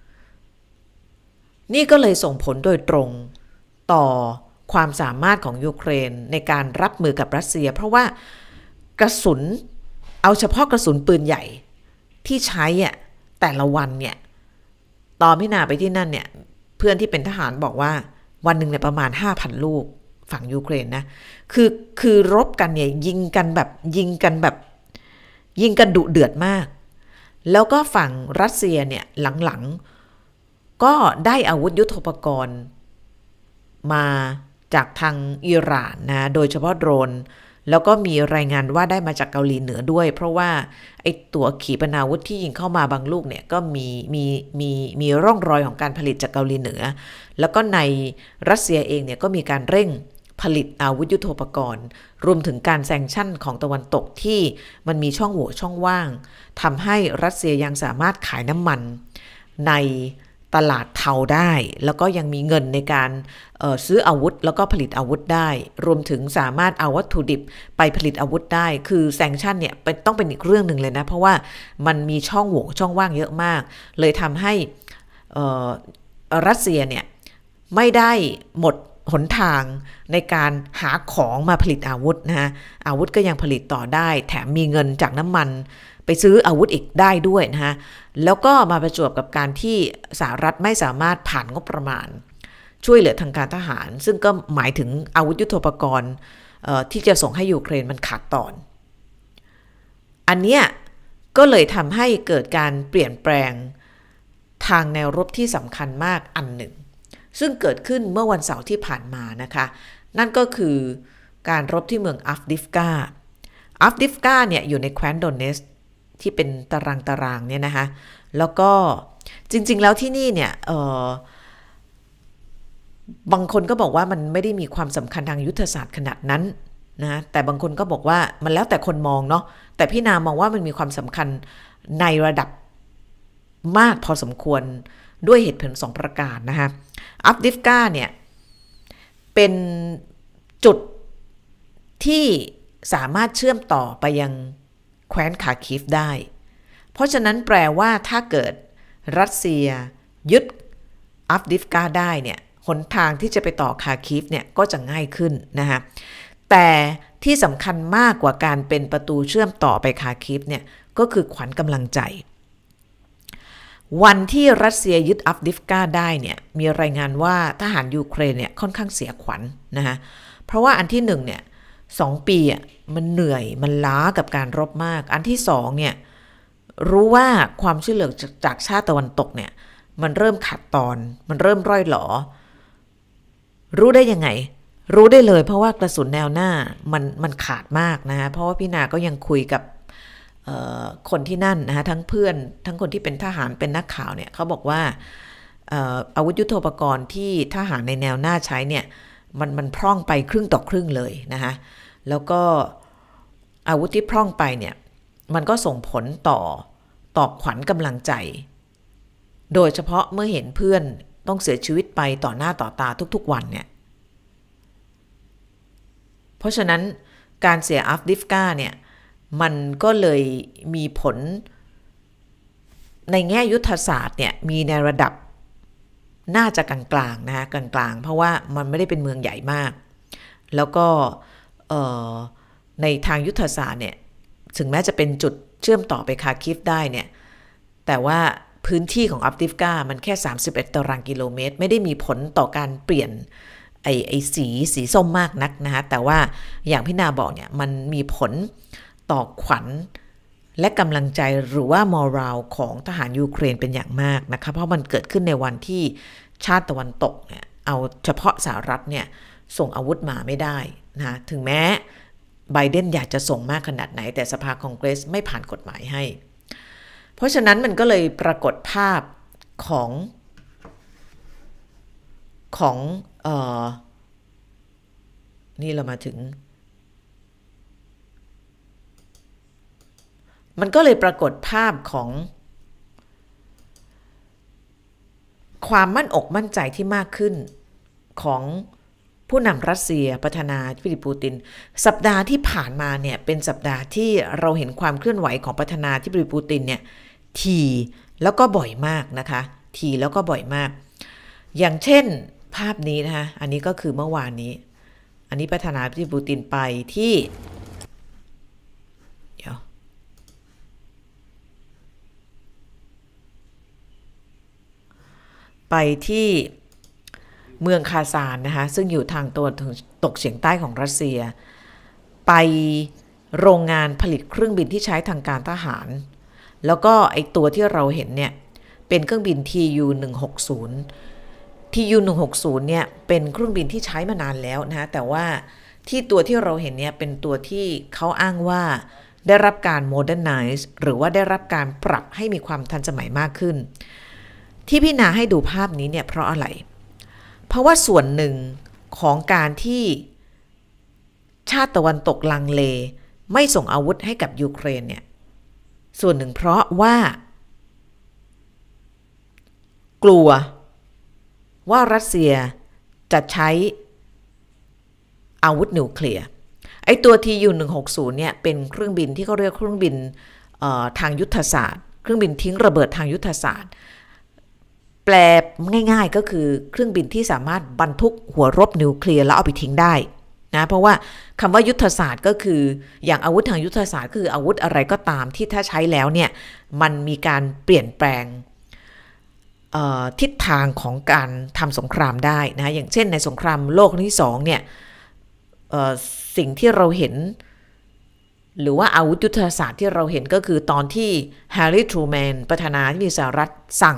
นี่ก็เลยส่งผลโดยตรงต่อความสามารถของยูเครนในการรับมือกับรัสเซียเพราะว่ากระสุนเอาเฉพาะกระสุนปืนใหญ่ที่ใช้แต่ละวันเนี่ยตอนพี่นาไปที่นั่นเนี่ยเพื่อนที่เป็นทหารบอกว่าวันหนึ่งเนี่ยประมาณ 5,000 ลูกฝั่งยูเครนนะคือรบกันเนี่ยยิงกันดุเดือดมากแล้วก็ฝั่งรัสเซียเนี่ยหลังๆก็ได้อาวุธยุทโธปกรณ์มาจากทางอิหร่านนะโดยเฉพาะโดรนแล้วก็มีรายงานว่าได้มาจากเกาหลีเหนือด้วยเพราะว่าไอ้ตัวขีปนาวุธที่ยิงเข้ามาบางลูกเนี่ยก็มีร่องรอยของการผลิตจากเกาหลีเหนือแล้วก็ในรัสเซียเองเนี่ยก็มีการเร่งผลิตอาวุธยุทโธปกรณ์รวมถึงการแซงชั่นของตะวันตกที่มันมีช่องโหว่ช่องว่างทำให้รัสเซียยังสามารถขายน้ำมันในตลาดเทาได้แล้วก็ยังมีเงินในการซื้ออาวุธแล้วก็ผลิตอาวุธได้รวมถึงสามารถเอาวัตถุดิบไปผลิตอาวุธได้คือแซงชั่นเนี่ยต้องเป็นอีกเรื่องหนึ่งเลยนะเพราะว่ามันมีช่องโหว่ช่องว่างเยอะมากเลยทำให้รัสเซียเนี่ยไม่ได้หมดหนทางในการหาของมาผลิตอาวุธนะฮะอาวุธก็ยังผลิตต่อได้แถมมีเงินจากน้ำมันไปซื้ออาวุธอีกได้ด้วยนะฮะแล้วก็มาประจวบกับการที่สหรัฐไม่สามารถผ่านงบประมาณช่วยเหลือทางการทหารซึ่งก็หมายถึงอาวุธยุทโธปกรณ์ที่จะส่งให้ยูเครนมันขาดตอนอันเนี้ยก็เลยทำให้เกิดการเปลี่ยนแปลงทางแนวรบที่สำคัญมากอันหนึ่งซึ่งเกิดขึ้นเมื่อวันเสาร์ที่ผ่านมานะคะนั่นก็คือการรบที่เมืองอัฟดิฟกาเนี่ยอยู่ในแคว้นโดเนสที่เป็นตารางเนี่ยนะคะแล้วก็จริงๆแล้วที่นี่เนี่ยบางคนก็บอกว่ามันไม่ได้มีความสำคัญทางยุทธศาสตร์ขนาดนั้นนะแต่บางคนก็บอกว่ามันแล้วแต่คนมองเนาะแต่พี่นามองว่ามันมีความสำคัญในระดับมากพอสมควรด้วยเหตุผล2ประการนะคะอัฟดิฟกาเนี่ยเป็นจุดที่สามารถเชื่อมต่อไปยังแคว้นคาคิฟได้เพราะฉะนั้นแปลว่าถ้าเกิดรัสเซียยึดอัฟดิฟกาได้เนี่ยหนทางที่จะไปต่อคาคิฟเนี่ยก็จะง่ายขึ้นนะคะแต่ที่สำคัญมากกว่าการเป็นประตูเชื่อมต่อไปคาคิฟเนี่ยก็คือขวัญกำลังใจวันที่รัสเซียยึดอัฟดิฟกาได้เนี่ยมีรายงานว่าทหารยูเครนเนี่ยค่อนข้างเสียขวัญนะคะเพราะว่าอันที่1เนี่ย2 ปีอ่ะมันเหนื่อยมันล้ากับการรบมากอันที่2เนี่ยรู้ว่าความช่วยเหลือจากชาติตะวันตกเนี่ยมันเริ่มขาดตอนมันเริ่มร่อยหรอรู้ได้ยังไงรู้ได้เลยเพราะว่ากระสุนแนวหน้ามันขาดมากนะคะเพราะว่าพี่นาก็ยังคุยกับคนที่นั่นนะคะทั้งเพื่อนทั้งคนที่เป็นทหารเป็นนักข่าวเนี่ยเขาบอกว่าอาวุธยุทโธปกรณ์ที่ทหารในแนวหน้าใช้เนี่ยมันพร่องไปครึ่งต่อครึ่งเลยนะคะแล้วก็อาวุธที่พร่องไปเนี่ยมันก็ส่งผลต่อขวัญกำลังใจโดยเฉพาะเมื่อเห็นเพื่อนต้องเสียชีวิตไปต่อหน้าต่อตาทุกๆวันเนี่ยเพราะฉะนั้นการเสียอัฟดิฟกาเนี่ยมันก็เลยมีผลในแง่ยุทธศาสตร์เนี่ยมีในระดับน่าจะกลางๆนะคะกลางๆเพราะว่ามันไม่ได้เป็นเมืองใหญ่มากแล้วก็ในทางยุทธศาสตร์เนี่ยถึงแม้จะเป็นจุดเชื่อมต่อไปคาคิฟได้เนี่ยแต่ว่าพื้นที่ของอัฟดิฟกามันแค่31 ตารางกิโลเมตรไม่ได้มีผลต่อการเปลี่ยนไอ้สีส้มมากนักนะคะแต่ว่าอย่างพี่นาบอกเนี่ยมันมีผลต่อขวัญและกำลังใจหรือว่ามอรัลของทหารยูเครนเป็นอย่างมากนะคะเพราะมันเกิดขึ้นในวันที่ชาติตะวันตกเนี่ยเอาเฉพาะสหรัฐเนี่ยส่งอาวุธมาไม่ได้นะถึงแม้ไบเดนอยากจะส่งมากขนาดไหนแต่สภาคองเกรสไม่ผ่านกฎหมายให้เพราะฉะนั้นมันก็เลยปรากฏภาพของนี่เรามาถึงมันก็เลยปรากฏภาพของความมั่นอกมั่นใจที่มากขึ้นของผู้นำรัสเซียประธานาธิบดีปูตินสัปดาห์ที่ผ่านมาเนี่ยเป็นสัปดาห์ที่เราเห็นความเคลื่อนไหวของประธานาธิบดีปูตินเนี่ยถี่แล้วก็บ่อยมากนะคะถี่แล้วก็บ่อยมากอย่างเช่นภาพนี้นะคะอันนี้ก็คือเมื่อวานนี้อันนี้ประธานาธิบดีปูตินไปที่ไปที่เมืองคาซานนะคะซึ่งอยู่ทางตะวันตกเฉียงใต้ของรัสเซียไปโรงงานผลิตเครื่องบินที่ใช้ทางการทหารแล้วก็ไอตัวที่เราเห็นเนี่ยเป็นเครื่องบิน TU-160 TU-160 เนี่ยเป็นเครื่องบินที่ใช้มานานแล้วนะแต่ว่าตัวที่เราเห็นเนี่ยเป็นตัวที่เขาอ้างว่าได้รับการ modernize หรือว่าได้รับการปรับให้มีความทันสมัยมากขึ้นที่พี่นาให้ดูภาพนี้เนี่ยเพราะอะไรเพราะว่าส่วนหนึ่งของการที่ชาติตะวันตกลังเลไม่ส่งอาวุธให้กับยูเครนเนี่ยส่วนหนึ่งเพราะว่ากลัวว่ารัสเซียจะใช้อาวุธนิวเคลียร์ไอ้ตัว TU-160 เนี่ยเป็นเครื่องบินที่เขาเรียกเครื่องบินทางยุทธศาสตร์เครื่องบินทิ้งระเบิดทางยุทธศาสตร์แปลง่ายๆก็คือเครื่องบินที่สามารถบรรทุกหัวรบนิวเคลียร์แล้วเอาไปทิ้งได้นะเพราะว่าคำว่ายุทธศาสตร์ก็คืออย่างอาวุธทางยุทธศาสตร์คืออาวุธอะไรก็ตามที่ถ้าใช้แล้วเนี่ยมันมีการเปลี่ยนแปลงทิศทางของการทำสงครามได้นะอย่างเช่นในสงครามโลกครั้งที่2เนี่ยสิ่งที่เราเห็นหรือว่าอาวุธยุทโธศาสตร์ที่เราเห็นก็คือตอนที่แฮร์รี่ ทรูแมนประธานาธิบดีสหรัฐสั่ง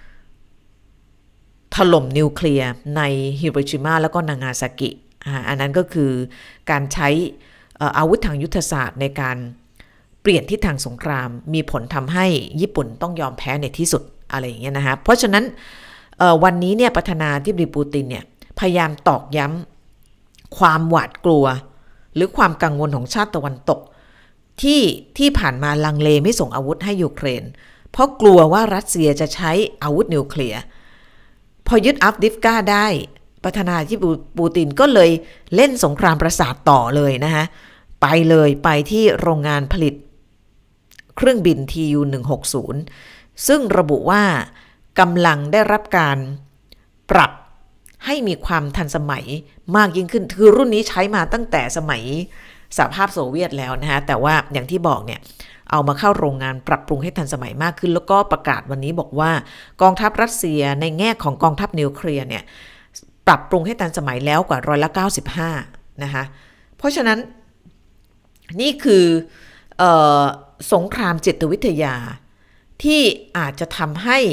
ถล่มนิวเคลียร์ในฮิโรชิมาแล้วก็นางาซากิอันนั้นก็คือการใช้อาวุธทางยุทธศาสตร์ในการเปลี่ยนทิศทางสงครามมีผลทำให้ญี่ปุ่นต้องยอมแพ้ในที่สุดอะไรอย่างเงี้ยนะคะเพราะฉะนั้นวันนี้เนี่ยประธานาธิบดีปูตินเนี่ยพยายามตอกย้ำความหวาดกลัวหรือความกังวลของชาติตะวันตกที่ผ่านมาลังเลไม่ส่งอาวุธให้ยูเครนเพราะกลัวว่ารัสเซียจะใช้อาวุธนิวเคลียร์พอยึดอัฟดิฟกาได้ประธานาธิบดีปูตินก็เลยเล่นสงครามประสาทต่อเลยนะคะไปที่โรงงานผลิตเครื่องบิน TU-160 ซึ่งระบุว่ากำลังได้รับการปรับให้มีความทันสมัยมากยิ่งขึ้นคือรุ่นนี้ใช้มาตั้งแต่สมัยสหภาพโซเวียตแล้วนะฮะแต่ว่าอย่างที่บอกเนี่ยเอามาเข้าโรงงานปรับปรุงให้ทันสมัยมากขึ้นแล้วก็ประกาศวันนี้บอกว่ากองทัพรัสเซียในแง่ของกองทัพนิวเคลียร์เนี่ยปรับปรุงให้ทันสมัยแล้วกว่า95%นะคะเพราะฉะนั้นนี่คือสงครามจิตวิทยาที่อาจจะทำให้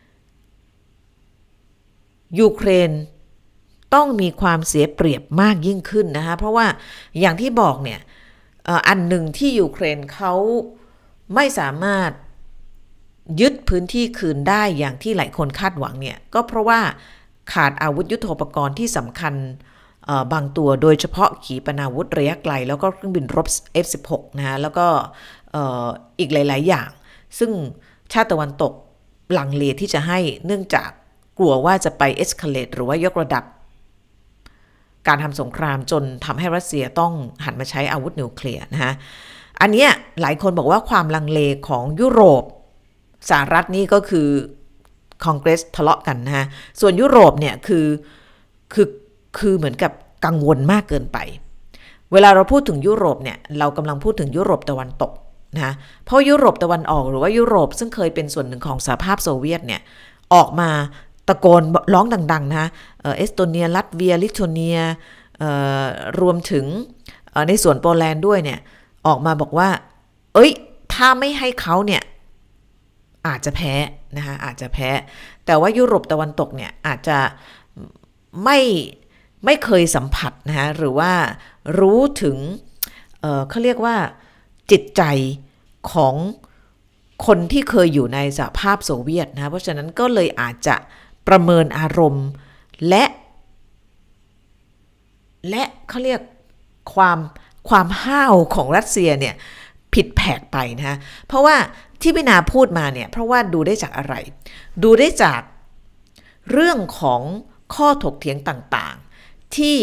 ยูเครนต้องมีความเสียเปรียบมากยิ่งขึ้นนะคะเพราะว่าอย่างที่บอกเนี่ยอันหนึ่งที่ยูเครนเขาไม่สามารถยึดพื้นที่คืนได้อย่างที่หลายคนคาดหวังเนี่ยก็เพราะว่าขาดอาวุธยุทโธปกรณ์ที่สำคัญบางตัวโดยเฉพาะขีปนาวุธระยะไกลแล้วก็เครื่องบินรบ F-16 นะแล้วก็อีกหลายๆอย่างซึ่งชาติตะวันตกลังเลที่จะให้เนื่องจากกลัวว่าจะไป escalate หรือว่ายกระดับการทำสงครามจนทำให้รัสเซียต้องหันมาใช้อาวุธนิวเคลียร์นะฮะอันเนี้ยหลายคนบอกว่าความลังเลของยุโรปสหรัฐนี่ก็คือคองเกรสทะเลาะกันนะฮะส่วนยุโรปเนี่ยคือเหมือนกับกังวลมากเกินไปเวลาเราพูดถึงยุโรปเนี่ยเรากำลังพูดถึงยุโรปตะวันตกนะเพราะยุโรปตะวันออกหรือว่ายุโรปซึ่งเคยเป็นส่วนหนึ่งของสหภาพโซเวียตเนี่ยออกมาตะโกนร้องดังๆนะเอสโตเนียลัตเวียลิทัวเนียรวมถึงในส่วนโปแลนด์ด้วยเนี่ยออกมาบอกว่าถ้าไม่ให้เขาเนี่ยอาจจะแพ้นะคะอาจจะแพ้แต่ว่ายุโรปตะวันตกเนี่ยอาจจะไม่เคยสัมผัสนะคะหรือว่ารู้ถึงเขาเรียกว่าจิตใจของคนที่เคยอยู่ในสหภาพโซเวียตนะเพราะฉะนั้นก็เลยอาจจะประเมินอารมณ์และเขาเรียกความห้าวของรัสเซียเนี่ยผิดแผกไปนะเพราะว่าที่พี่นาพูดมาเนี่ยเพราะว่าดูได้จากอะไรดูได้จากเรื่องของข้อถกเถียงต่างๆที่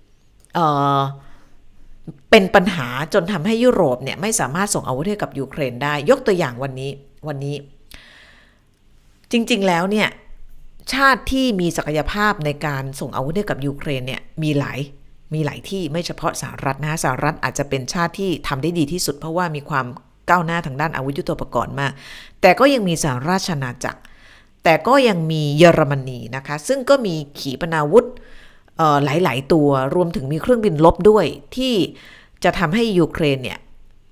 เป็นปัญหาจนทำให้ยุโรปเนี่ยไม่สามารถส่งอาวุธให้กับยูเครนได้ยกตัวอย่างวันนี้จริงๆแล้วเนี่ยชาติที่มีศักยภาพในการส่งอาวุธให้กับยูเครนเนี่ยมีหลายที่ไม่เฉพาะสหรัฐนะสหรัฐอาจจะเป็นชาติที่ทำได้ดีที่สุดเพราะว่ามีความก้าวหน้าทางด้านอาวุธยุทโธปกรณ์มากแต่ก็ยังมีสหราชอาณาจักรแต่ก็ยังมีเยอรมนีนะคะซึ่งก็มีขีปนาวุธหลายๆตัวรวมถึงมีเครื่องบินรบด้วยที่จะทำให้ยูเครนเนี่ย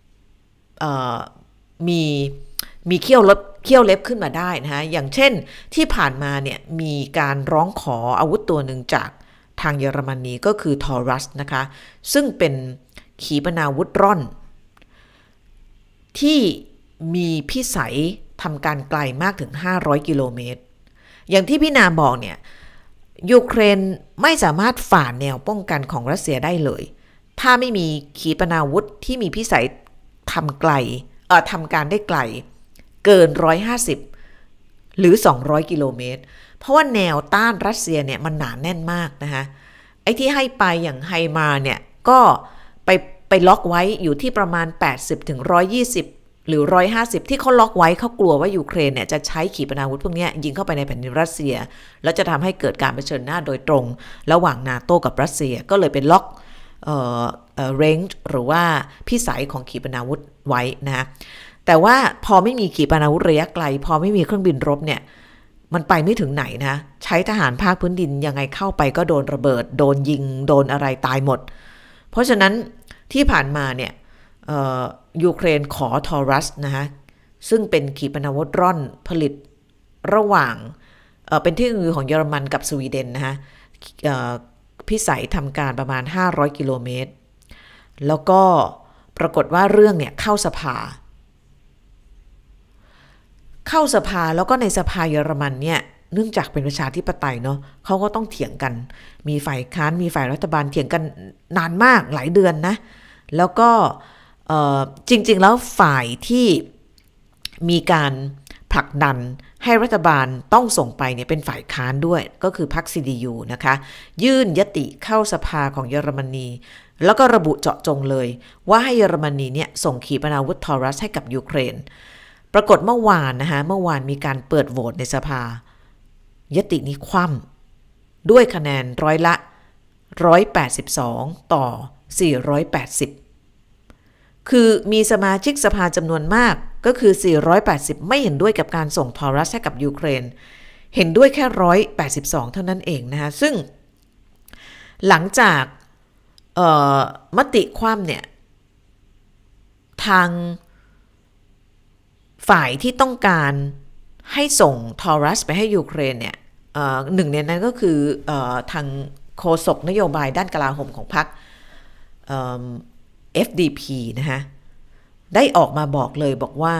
มีเขี้ยวเล็บขึ้นมาได้นะฮะอย่างเช่นที่ผ่านมาเนี่ยมีการร้องขออาวุธตัวหนึ่งจากทางเยอรมนีก็คือทอรัสนะคะซึ่งเป็นขีปนาวุธร่อนที่มีพิสัยทำการไกลมากถึง500กิโลเมตรอย่างที่พี่นาบอกเนี่ยยูเครนไม่สามารถฝ่าแนวป้องกันของรัสเซียได้เลยถ้าไม่มีขีปนาวุธที่มีพิสัยทำการได้ไกลเกิน150หรือ200กิโลเมตรเพราะว่าแนวต้านรัสเซียเนี่ยมันหนาแน่นมากนะคะไอ้ที่ให้ไปอย่างไฮมาเนี่ยก็ไปล็อกไว้อยู่ที่ประมาณ80ถึง120หรือ150ที่เขาล็อกไว้เขากลัวว่ายูเครนเนี่ยจะใช้ขีปนาวุธพวกนี้ยิงเข้าไปในแผ่นดินรัสเซียแล้วจะทำให้เกิดการเผชิญหน้าโดยตรงระหว่างนาโต้กับรัสเซียก็เลยเป็นล็อกเรนจ์หรือว่าพิสัยของขีปนาวุธไว้นะแต่ว่าพอไม่มีขีปนาวุธระยะไกลพอไม่มีเครื่องบินรบเนี่ยมันไปไม่ถึงไหนนะใช้ทหารภาคพื้นดินยังไงเข้าไปก็โดนระเบิดโดนยิงโดนอะไรตายหมดเพราะฉะนั้นที่ผ่านมาเนี่ยยูเครนขอทอรัสนะคะซึ่งเป็นขีปนาวุธร่อนผลิตระหว่างเป็นที่มือของเยอรมันกับสวีเดนนะคะพิสัยทำการประมาณ500กิโลเมตรแล้วก็ปรากฏว่าเรื่องเนี่ยเข้าสภาแล้วก็ในสภาเยอรมันเนี่ยเนื่องจากเป็นประชาธิปไตยเนาะเขาก็ต้องเถียงกันมีฝ่ายค้านมีฝ่ายรัฐบาลเถียงกันนานมากหลายเดือนนะแล้วก็จริงๆแล้วฝ่ายที่มีการผลักดันให้รัฐบาลต้องส่งไปเนี่ยเป็นฝ่ายค้านด้วยก็คือพรรค CDU นะคะยื่นยติเข้าสภาของเยอรมนีแล้วก็ระบุเจาะจงเลยว่าให้เยอรมนีเนี่ยส่งขีปนาวุธทอรัสให้กับยูเครนปรากฏเมื่อวานมีการเปิดโหวตในสภายตินี้คว่ำด้วยคะแนนร้อยละ182ต่อ480คือมีสมาชิกสภาจำนวนมากก็คือ480ไม่เห็นด้วยกับการส่งทอรัสให้กับยูเครนเห็นด้วยแค่182เท่านั้นเองนะคะซึ่งหลังจากมติคว่ำเนี่ยทางฝ่ายที่ต้องการให้ส่งทอรัสไปให้ยูเครนเนี่ยหนึ่งในนั้นก็คือทางโฆษกนโยบายด้านกลาโหมของพรรคFDP นะคะได้ออกมาบอกเลยบอกว่า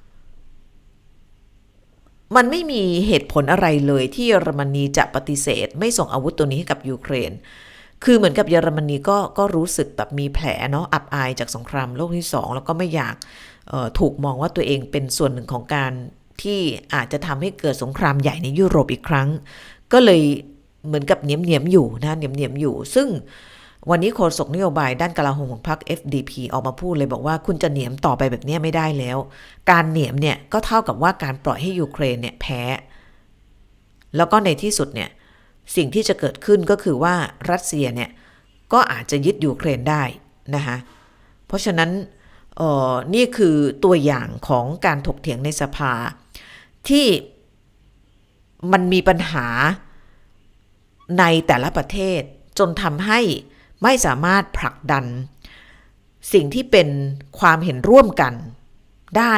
มันไม่มีเหตุผลอะไรเลยที่เยอรมนีจะปฏิเสธไม่ส่งอาวุธตัวนี้ให้กับยูเครนคือเหมือนกับเยอรมนีก็รู้สึกแบบมีแผลเนาะอับอายจากสงครามโลกที่2แล้วก็ไม่อยากถูกมองว่าตัวเองเป็นส่วนหนึ่งของการที่อาจจะทำให้เกิดสงครามใหญ่ในยุโรปอีกครั้งก็เลยเหมือนกับเหนียมอยู่นะเหนียมอยู่ซึ่งวันนี้โฆษกนโยบายด้านกลาโหมของพรรค FDP ออกมาพูดเลยบอกว่าคุณจะเหนียมต่อไปแบบนี้ไม่ได้แล้วการเหนียมเนี่ยก็เท่ากับว่าการปล่อยให้ยูเครนเนี่ยแพ้แล้วก็ในที่สุดเนี่ยสิ่งที่จะเกิดขึ้นก็คือว่ารัสเซียเนี่ยก็อาจจะยึดยูเครนได้นะคะเพราะฉะนั้นนี่คือตัวอย่างของการถกเถียงในสภาที่มันมีปัญหาในแต่ละประเทศจนทำให้ไม่สามารถผลักดันสิ่งที่เป็นความเห็นร่วมกันได้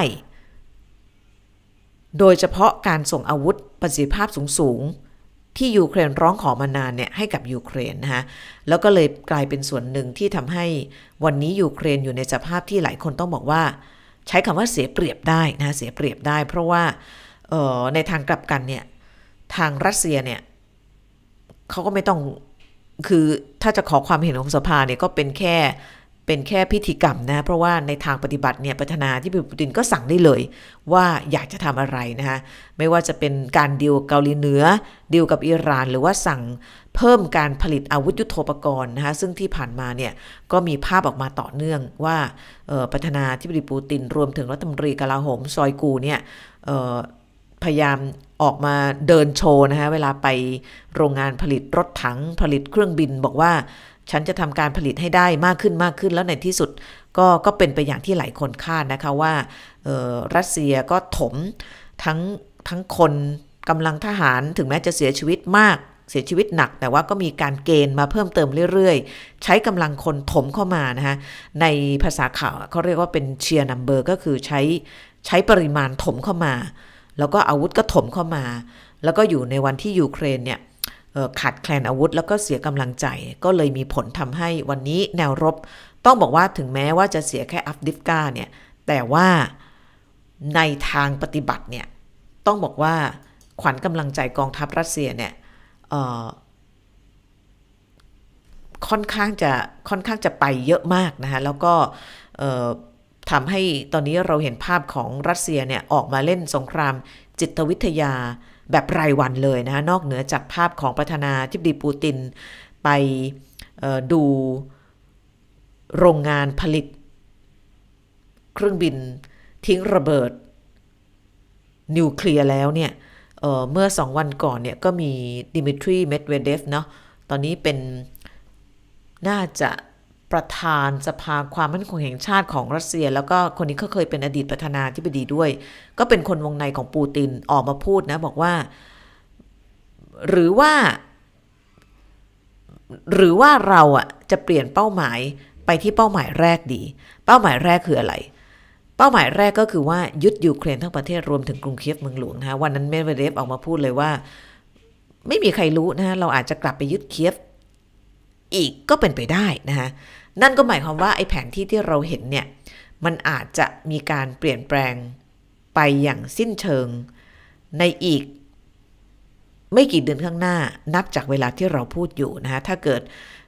โดยเฉพาะการส่งอาวุธประสิทธิภาพสูงที่ยูเครนร้องขอมานานเนี่ยให้กับยูเครนนะคะแล้วก็เลยกลายเป็นส่วนหนึ่งที่ทำให้วันนี้ยูเครนอยู่ในสภาพที่หลายคนต้องบอกว่าใช้คำว่าเสียเปรียบได้นะเสียเปรียบได้เพราะว่าในทางกลับกันเนี่ยทางรัสเซียเนี่ยเขาก็ไม่ต้องคือถ้าจะขอความเห็นของสภาเนี่ยก็เป็นแค่พิธีกรรมนะเพราะว่าในทางปฏิบัติเนี่ยประธานาธิบดีปูตินก็สั่งได้เลยว่าอยากจะทำอะไรนะคะไม่ว่าจะเป็นการดีลเกาหลีเหนือดีลกับอิหร่านหรือว่าสั่งเพิ่มการผลิตอาวุธยุทโธปกรณ์นะคะซึ่งที่ผ่านมาเนี่ยก็มีภาพออกมาต่อเนื่องว่าประธานาธิบดีปูตินรวมถึงรัฐมนตรีกลาโหมชอยกูเนี่ยพยายามออกมาเดินโชว์นะคะเวลาไปโรงงานผลิตรถถังผลิตเครื่องบินบอกว่าฉันจะทำการผลิตให้ได้มากขึ้นแล้วในที่สุดก็เป็นไปอย่างที่หลายคนคาดนะคะว่ารัสเซียก็ถมทั้งคนกำลังทหารถึงแม้จะเสียชีวิตมากเสียชีวิตหนักแต่ว่าก็มีการเกณฑ์มาเพิ่มเติมเรื่อยๆใช้กำลังคนถมเข้ามานะคะในภาษาข่าวเขาเรียกว่าเป็นเชียร์นัมเบอร์ก็คือใช้ปริมาณถมเข้ามาแล้วก็อาวุธก็ถมเข้ามาแล้วก็อยู่ในวันที่ยูเครนเนี่ยขาดแคลนอาวุธแล้วก็เสียกำลังใจก็เลยมีผลทำให้วันนี้แนวรบต้องบอกว่าถึงแม้ว่าจะเสียแค่อัฟดิฟกาเนี่ยแต่ว่าในทางปฏิบัติเนี่ยต้องบอกว่าขวัญกำลังใจกองทัพรัสเซียเนี่ยค่อนข้างจะไปเยอะมากนะคะแล้วก็ทำให้ตอนนี้เราเห็นภาพของรัสเซียเนี่ยออกมาเล่นสงครามจิตวิทยาแบบรายวันเลยนะคะนอกเหนือจากภาพของประธานาธิบดีปูตินไปดูโรงงานผลิตเครื่องบินทิ้งระเบิดนิวเคลียร์แล้วเนี่ยเมื่อ2 วันก่อนเนี่ยก็มีดิมิทรีเมดเวเดฟเนาะตอนนี้เป็นน่าจะประธานสภาความมั่นคงแห่งชาติของรัสเซียแล้วก็คนนี้ก็เคยเป็นอดีตประธานาธิบดีด้วยก็เป็นคนวงในของปูตินออกมาพูดนะบอกว่าหรือว่าหรือว่าเราจะเปลี่ยนเป้าหมายไปที่เป้าหมายแรกดีเป้าหมายแรกคืออะไรเป้าหมายแรกก็คือว่ายึดยูเครนทั้งประเทศรวมถึงกรุงเคียฟเมืองหลวงนะวันนั้นเมดเวเดฟออกมาพูดเลยว่าไม่มีใครรู้นะเราอาจจะกลับไปยึดเคียฟอีกก็เป็นไปได้นะนั่นก็หมายความว่าไอ้แผนที่ที่เราเห็นเนี่ยมันอาจจะมีการเปลี่ยนแปลงไปอย่างสิ้นเชิงในอีกไม่กี่เดือนข้างหน้านับจากเวลาที่เราพูดอยู่นะถ้าเกิด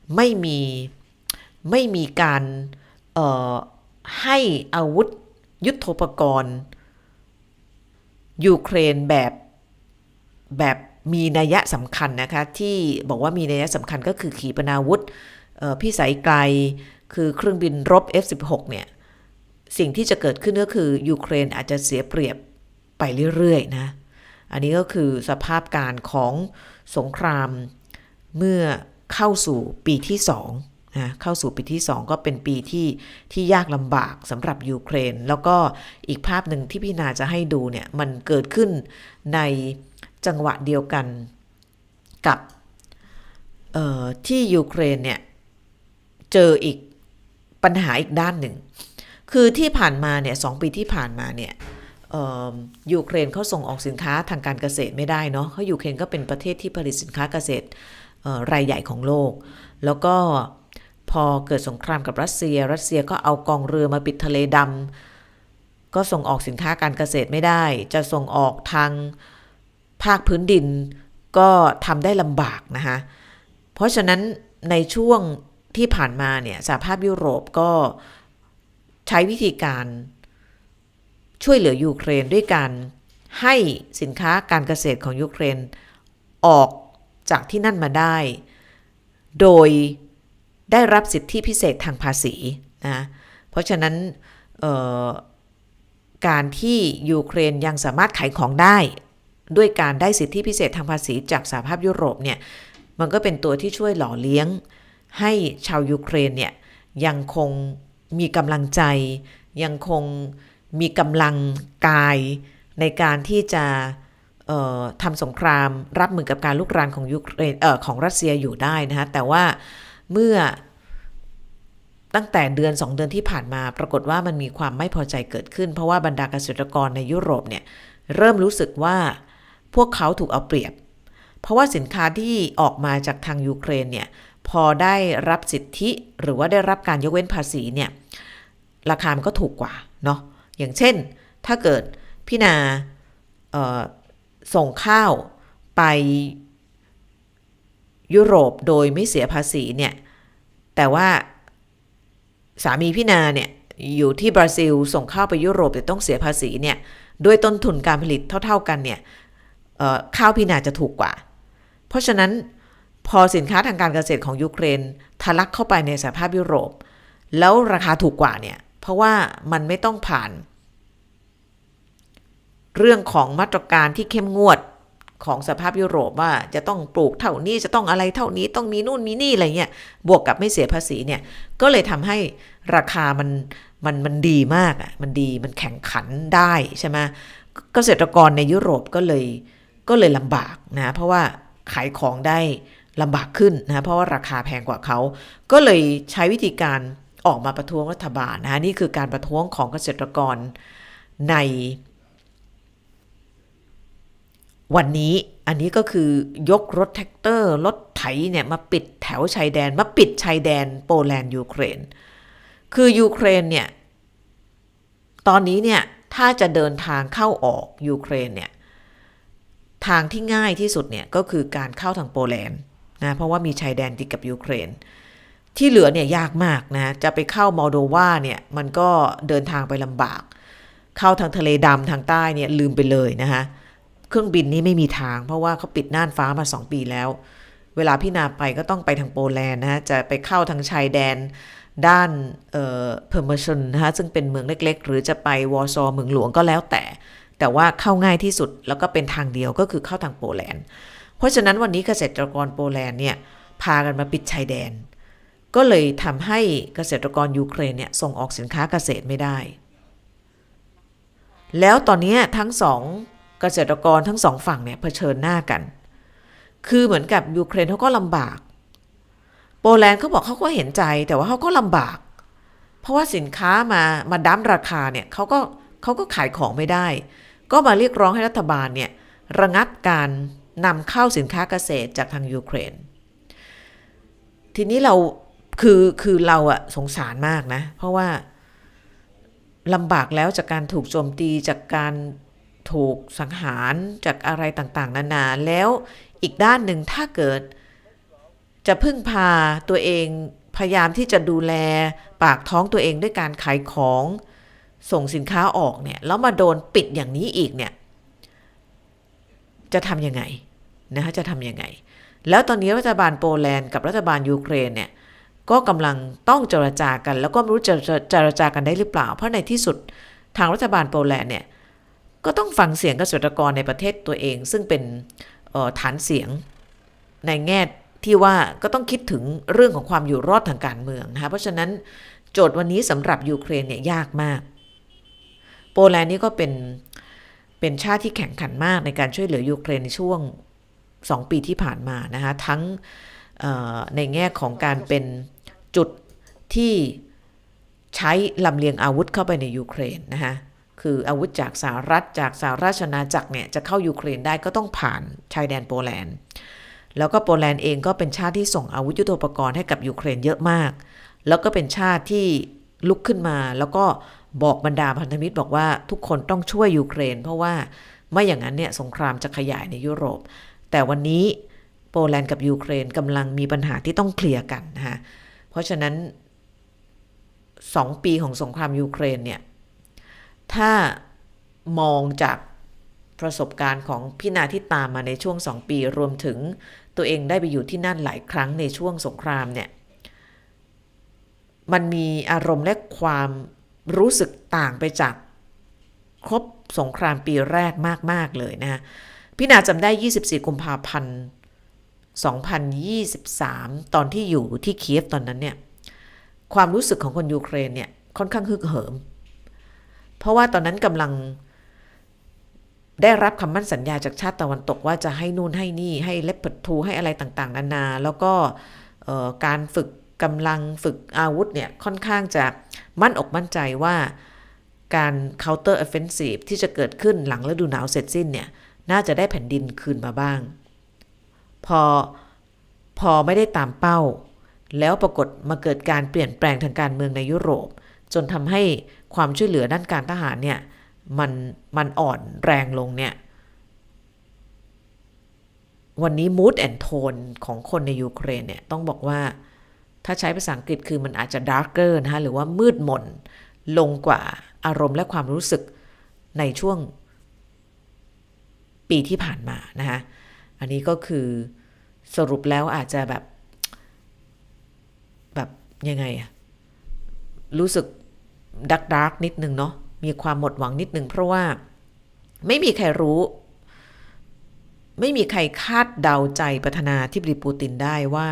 ไม่มีการให้อาวุธยุทโธปกรณ์ยูเครนแบบมีนัยสำคัญนะคะที่บอกว่ามีนัยสำคัญก็คือขีปนาวุธพิสัยไกลคือเครื่องบินรบ F-16 เนี่ยสิ่งที่จะเกิดขึ้นก็คือยูเครนอาจจะเสียเปรียบไปเรื่อยๆนะอันนี้ก็คือสภาพการของสงครามเมื่อเข้าสู่ปีที่2นะเข้าสู่ปีที่2ก็เป็นปีที่ยากลำบากสำหรับยูเครนแล้วก็อีกภาพหนึ่งที่พี่นาจะให้ดูเนี่ยมันเกิดขึ้นในจังหวะเดียวกันกับที่ยูเครนเนี่ยเจออีกปัญหาอีกด้านหนึ่งคือที่ผ่านมาเนี่ย2 ปีที่ผ่านมาเนี่ยยูเครนเขาส่งออกสินค้าทางการเกษตรไม่ได้เนาะเพราะยูเครนก็เป็นประเทศที่ผลิตสินค้าเกษตรรายใหญ่ของโลกแล้วก็พอเกิดสงครามกับรัสเซียก็เอากองเรือมาปิดทะเลดำก็ส่งออกสินค้าการเกษตรไม่ได้จะส่งออกทางภาคพื้นดินก็ทำได้ลำบากนะคะเพราะฉะนั้นในช่วงที่ผ่านมาเนี่ยสหภาพยุโรปก็ใช้วิธีการช่วยเหลือยูเครนด้วยการให้สินค้าการเกษตรของยูเครนออกจากที่นั่นมาได้โดยได้รับสิทธิพิเศษทางภาษีนะเพราะฉะนั้นการที่ยูเครนยังสามารถขายของได้ด้วยการได้สิทธิพิเศษทางภาษีจากสหภาพยุโรปเนี่ยมันก็เป็นตัวที่ช่วยหล่อเลี้ยงให้ชาวยูเครนเนี่ยยังคงมีกำลังใจยังคงมีกำลังกายในการที่จะทำสงครามรับมือกับการลุกรานของยูเครนของรัสเซียอยู่ได้นะคะแต่ว่าเมื่อตั้งแต่เดือน2 เดือนที่ผ่านมาปรากฏว่ามันมีความไม่พอใจเกิดขึ้นเพราะว่าบรรดาเกษตรกรในยุโรปเนี่ยเริ่มรู้สึกว่าพวกเขาถูกเอาเปรียบเพราะว่าสินค้าที่ออกมาจากทางยูเครนเนี่ยพอได้รับสิทธิหรือว่าได้รับการยกเว้นภาษีเนี่ยราคามันก็ถูกกว่าเนาะอย่างเช่นถ้าเกิดพี่นาส่งข้าวไปยุโรปโดยไม่เสียภาษีเนี่ยแต่ว่าสามีพี่นาเนี่ยอยู่ที่บราซิลส่งข้าวไปยุโรปแต่ต้องเสียภาษีเนี่ยด้วยต้นทุนการผลิตเท่าๆกันเนี่ยข้าวพี่นาจะถูกกว่าเพราะฉะนั้นพอสินค้าทางการเกษตรของยูเครนทะลักเข้าไปในสหภาพยุโรปแล้วราคาถูกกว่าเนี่ยเพราะว่ามันไม่ต้องผ่านเรื่องของมาตรการที่เข้มงวดของสหภาพยุโรปว่าจะต้องปลูกเท่านี้จะต้องอะไรเท่านี้ต้องมีนู่นมีนี่อะไรเงี้ยบวกกับไม่เสียภาษีเนี่ยก็เลยทำให้ราคามันดีมากมันดีมันแข่งขันได้ใช่ไหมเกษตรกรในยุโรปก็เลยลำบากนะเพราะว่าขายของได้ลำบากขึ้นนะเพราะว่าราคาแพงกว่าเขาก็เลยใช้วิธีการออกมาประท้วงรัฐบาลนะนี่คือการประท้วงของเกษตรกรในวันนี้อันนี้ก็คือยกรถแท็กเตอร์รถไถเนี่ยมาปิดแถวชายแดนมาปิดชายแดนโปแลนด์ยูเครนคือยูเครนเนี่ยตอนนี้เนี่ยถ้าจะเดินทางเข้าออกยูเครนเนี่ยทางที่ง่ายที่สุดเนี่ยก็คือการเข้าทางโปแลนด์นะเพราะว่ามีชายแดนติดกับยูเครนที่เหลือเนี่ยยากมากนะจะไปเข้ามอลโดวาเนี่ยมันก็เดินทางไปลำบากเข้าทางทะเลดำทางใต้เนี่ยลืมไปเลยนะคะเครื่องบินนี้ไม่มีทางเพราะว่าเขาปิดน่านฟ้ามา2 ปีแล้วเวลาพี่นาไปก็ต้องไปทางโปแลนด์นะจะไปเข้าทางชายแดนด้านเพอร์เมชันนะคะซึ่งเป็นเมืองเล็กๆหรือจะไปวอร์ซอเมืองหลวงก็แล้วแต่ว่าเข้าง่ายที่สุดแล้วก็เป็นทางเดียวก็คือเข้าทางโปแลนด์เพราะฉะนั้นวันนี้เกษตรกรโปแลนด์เนี่ยพากันมาปิดชายแดนก็เลยทำให้เกษตรกรยูเครนเนี่ยส่งออกสินค้าเกษตรไม่ได้แล้วตอนนี้ทั้ง2เกษตรกรทั้ง2ฝั่งเนี่ยเผชิญหน้ากันคือเหมือนกับยูเครนเขาก็ลำบากโปแลนด์เขาบอกเขาก็เห็นใจแต่ว่าเขาก็ลำบากเพราะว่าสินค้ามาดั้มราคาเนี่ยเขาก็ขายของไม่ได้ก็มาเรียกร้องให้รัฐบาลเนี่ยระงับการนำเข้าสินค้าเกษตรจากทางยูเครนทีนี้เราคือเราอะสงสารมากนะเพราะว่าลำบากแล้วจากการถูกโจมตีจากการถูกสังหารจากอะไรต่างๆนานาแล้วอีกด้านหนึ่งถ้าเกิดจะพึ่งพาตัวเองพยายามที่จะดูแลปากท้องตัวเองด้วยการขายของส่งสินค้าออกเนี่ยแล้วมาโดนปิดอย่างนี้อีกเนี่ยจะทำยังไงนะคะจะทำยังไงแล้วตอนนี้รัฐบาลโปแลนด์กับรัฐบาลยูเครนเนี่ยก็กำลังต้องเจรจากันแล้วก็ไม่รู้จะเจรจากันได้หรือเปล่าเพราะในที่สุดทางรัฐบาลโปแลนด์เนี่ยก็ต้องฟังเสียงเกษตรกรในประเทศตัวเองซึ่งเป็นฐานเสียงในแง่ที่ว่าก็ต้องคิดถึงเรื่องของความอยู่รอดทางการเมืองนะคะเพราะฉะนั้นโจทย์วันนี้สำหรับยูเครนเนี่ยยากมากโปแลนด์นี่ก็เป็นชาติที่แข่งขันมากในการช่วยเหลือยูเครนในช่วง2 ปีที่ผ่านมานะคะทั้งในแง่ของการเป็นจุดที่ใช้ลำเลียงอาวุธเข้าไปในยูเครนนะคะคืออาวุธจากสหรัฐจากสหราชอาณาจักรเนี่ยจะเข้ายูเครนได้ก็ต้องผ่านชายแดนโปแลนด์แล้วก็โปแลนด์เองก็เป็นชาติที่ส่งอาวุธยุทโธปกรณ์ให้กับยูเครนเยอะมากแล้วก็เป็นชาติที่ลุกขึ้นมาแล้วก็บอกบรรดาพันธมิตรบอกว่าทุกคนต้องช่วยยูเครนเพราะว่าไม่อย่างนั้นเนี่ยสงครามจะขยายในยุโรปแต่วันนี้โปแลนด์กับยูเครนกำลังมีปัญหาที่ต้องเคลียร์กันนะคะเพราะฉะนั้น2 ปีของสงครามยูเครนเนี่ยถ้ามองจากประสบการณ์ของพี่นาที่ตามมาในช่วง2 ปีรวมถึงตัวเองได้ไปอยู่ที่นั่นหลายครั้งในช่วงสงครามเนี่ยมันมีอารมณ์และความรู้สึกต่างไปจากครบสงครามปีแรกมากๆเลยนะพี่นาจำได้24 กุมภาพันธ์ 2023ตอนที่อยู่ที่เคียฟตอนนั้นเนี่ยความรู้สึกของคนยูเครนเนี่ยค่อนข้างฮึกเหิมเพราะว่าตอนนั้นกำลังได้รับคำมั่นสัญญาจากชาติตะวันตกว่าจะให้นู่นให้นี่ให้เลปเปอร์ทูให้อะไรต่างๆนานาแล้วก็การฝึกกำลังฝึกอาวุธเนี่ยค่อนข้างจะมั่นอกมั่นใจว่าการ counter offensive ที่จะเกิดขึ้นหลังฤดูหนาวเสร็จสิ้นเนี่ยน่าจะได้แผ่นดินคืนมาบ้างพอไม่ได้ตามเป้าแล้วปรากฏมาเกิดการเปลี่ยนแปลงทางการเมืองในยุโรปจนทำให้ความช่วยเหลือด้านการทหารเนี่ยมันอ่อนแรงลงเนี่ยวันนี้ mood and tone ของคนในยูเครนเนี่ยต้องบอกว่าถ้าใช้ภาษาอังกฤษคือมันอาจจะ darker นะคะหรือว่ามืดมนลงกว่าอารมณ์และความรู้สึกในช่วงปีที่ผ่านมานะคะอันนี้ก็คือสรุปแล้วอาจจะแบบยังไงอะรู้สึกดักนิดนึงเนาะมีความหมดหวังนิดนึงเพราะว่าไม่มีใครรู้ไม่มีใครคาดเดาใจประธานาธิบดีปูตินได้ว่า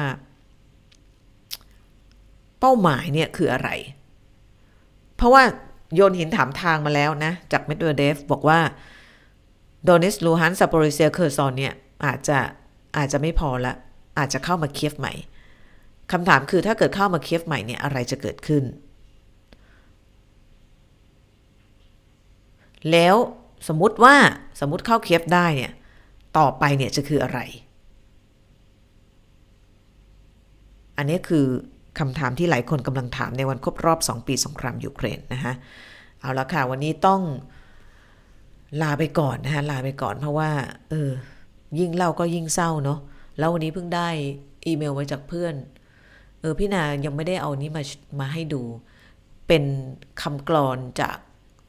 เป้าหมายเนี่ยคืออะไรเพราะว่าโยนหินถามทางมาแล้วนะจากเมดเวเดฟบอกว่าโดเนสลูฮันซาโปริเซียเคอร์ซอนเนี่ยอาจจะไม่พอละอาจจะเข้ามาเคียฟใหม่คำถามคือถ้าเกิดเข้ามาเคียฟใหม่เนี่ยอะไรจะเกิดขึ้นแล้วสมมุติเข้าเคียฟได้เนี่ยต่อไปเนี่ยจะคืออะไรอันนี้คือคำถามที่หลายคนกำลังถามในวันครบรอบ2 ปีสงครามยูเครนนะคะเอาละค่ะวันนี้ต้องลาไปก่อนนะคะลาไปก่อนเพราะว่ายิ่งเล่าก็ยิ่งเศร้าเนาะแล้ววันนี้เพิ่งได้อีเมลมาจากเพื่อนพี่นายังไม่ได้เอานี้มาให้ดูเป็นคำกลอนจาก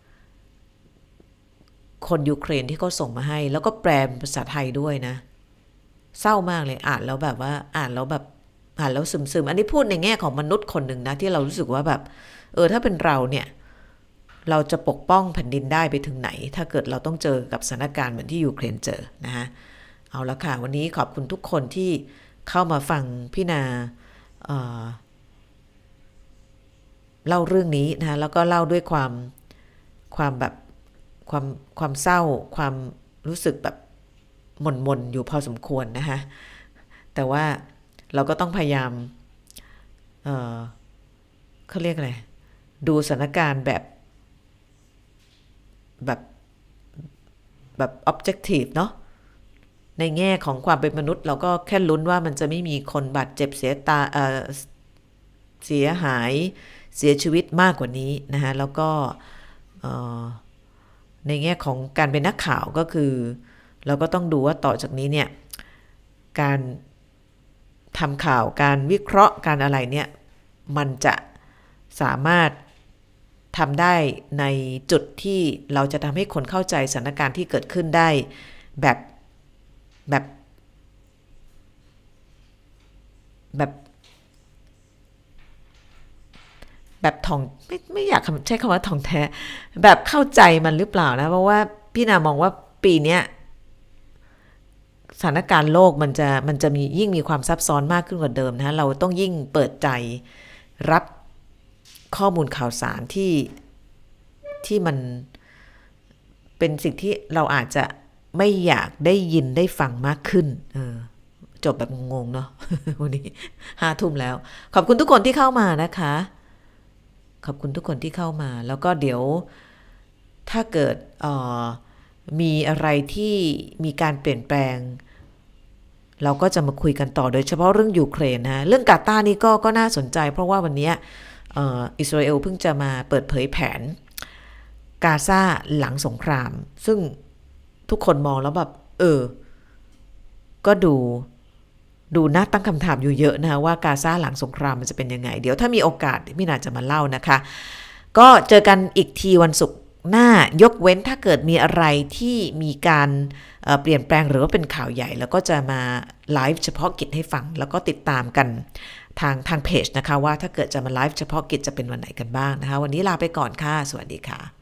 คนยูเครนที่เขาส่งมาให้แล้วก็แปลเป็นภาษาไทยด้วยนะเศร้ามากเลยอ่านแล้วแบบว่าอ่านแล้วซึมอันนี้พูดในแง่ของมนุษย์คนหนึ่งนะที่เรารู้สึกว่าแบบถ้าเป็นเราเนี่ยเราจะปกป้องแผ่นดินได้ไปถึงไหนถ้าเกิดเราต้องเจอกับสถานการณ์เหมือนที่ยูเครนเจอนะฮะเอาละค่ะวันนี้ขอบคุณทุกคนที่เข้ามาฟังพี่นาเล่าเรื่องนี้นะแล้วก็เล่าด้วยความแบบความเศร้าความรู้สึกแบบหม่นอยู่พอสมควรนะคะแต่ว่าเราก็ต้องพยายามเออเขาเรียกอะไรดูสถานการณ์แบบแบบ objective เนาะในแง่ของความเป็นมนุษย์เราก็แค่ลุ้นว่ามันจะไม่มีคนบาดเจ็บเสียหายเสียชีวิตมากกว่านี้นะคะแล้วก็ในแง่ของการเป็นนักข่าวก็คือเราก็ต้องดูว่าต่อจากนี้เนี่ยการทำข่าวการวิเคราะห์การอะไรเนี่ยมันจะสามารถทำได้ในจุดที่เราจะทำให้คนเข้าใจสถานการณ์ที่เกิดขึ้นได้แบบแบบแบบแบบทองไม่อยากใช้คำว่าทองแท้แบบเข้าใจมันหรือเปล่านะเพราะว่าพี่นามองว่าปีนี้สถานการณ์โลกมันจะมียิ่งมีความซับซ้อนมากขึ้นกว่าเดิมนะเราต้องยิ่งเปิดใจรับข้อมูลข่าวสารที่มันเป็นสิ่งที่เราอาจจะไม่อยากได้ยินได้ฟังมากขึ้นจบแบบงงๆเนาะ วันนี้5 ทุ่มแล้วขอบคุณทุกคนที่เข้ามานะคะขอบคุณทุกคนที่เข้ามาแล้วก็เดี๋ยวถ้าเกิดมีอะไรที่มีการเปลี่ยนแปลงเราก็จะมาคุยกันต่อโดยเฉพาะเรื่องยูเครนนะเรื่องกาตาร์นี่ก็น่าสนใจเพราะว่าวันนี้อิสราเอลเพิ่งจะมาเปิดเผยแผนกาซาหลังสงครามซึ่งทุกคนมองแล้วแบบก็ดูน่าตั้งคำถามอยู่เยอะนะว่ากาซาหลังสงครามมันจะเป็นยังไงเดี๋ยวถ้ามีโอกาสพี่นาจะมาเล่านะคะก็เจอกันอีกทีวันศุกร์หน้ายกเว้นถ้าเกิดมีอะไรที่มีการเปลี่ยนแปลงหรือว่าเป็นข่าวใหญ่แล้วก็จะมาไลฟ์เฉพาะกิจให้ฟังแล้วก็ติดตามกันทางเพจนะคะว่าถ้าเกิดจะมาไลฟ์เฉพาะกิจจะเป็นวันไหนกันบ้างนะคะวันนี้ลาไปก่อนค่ะสวัสดีค่ะ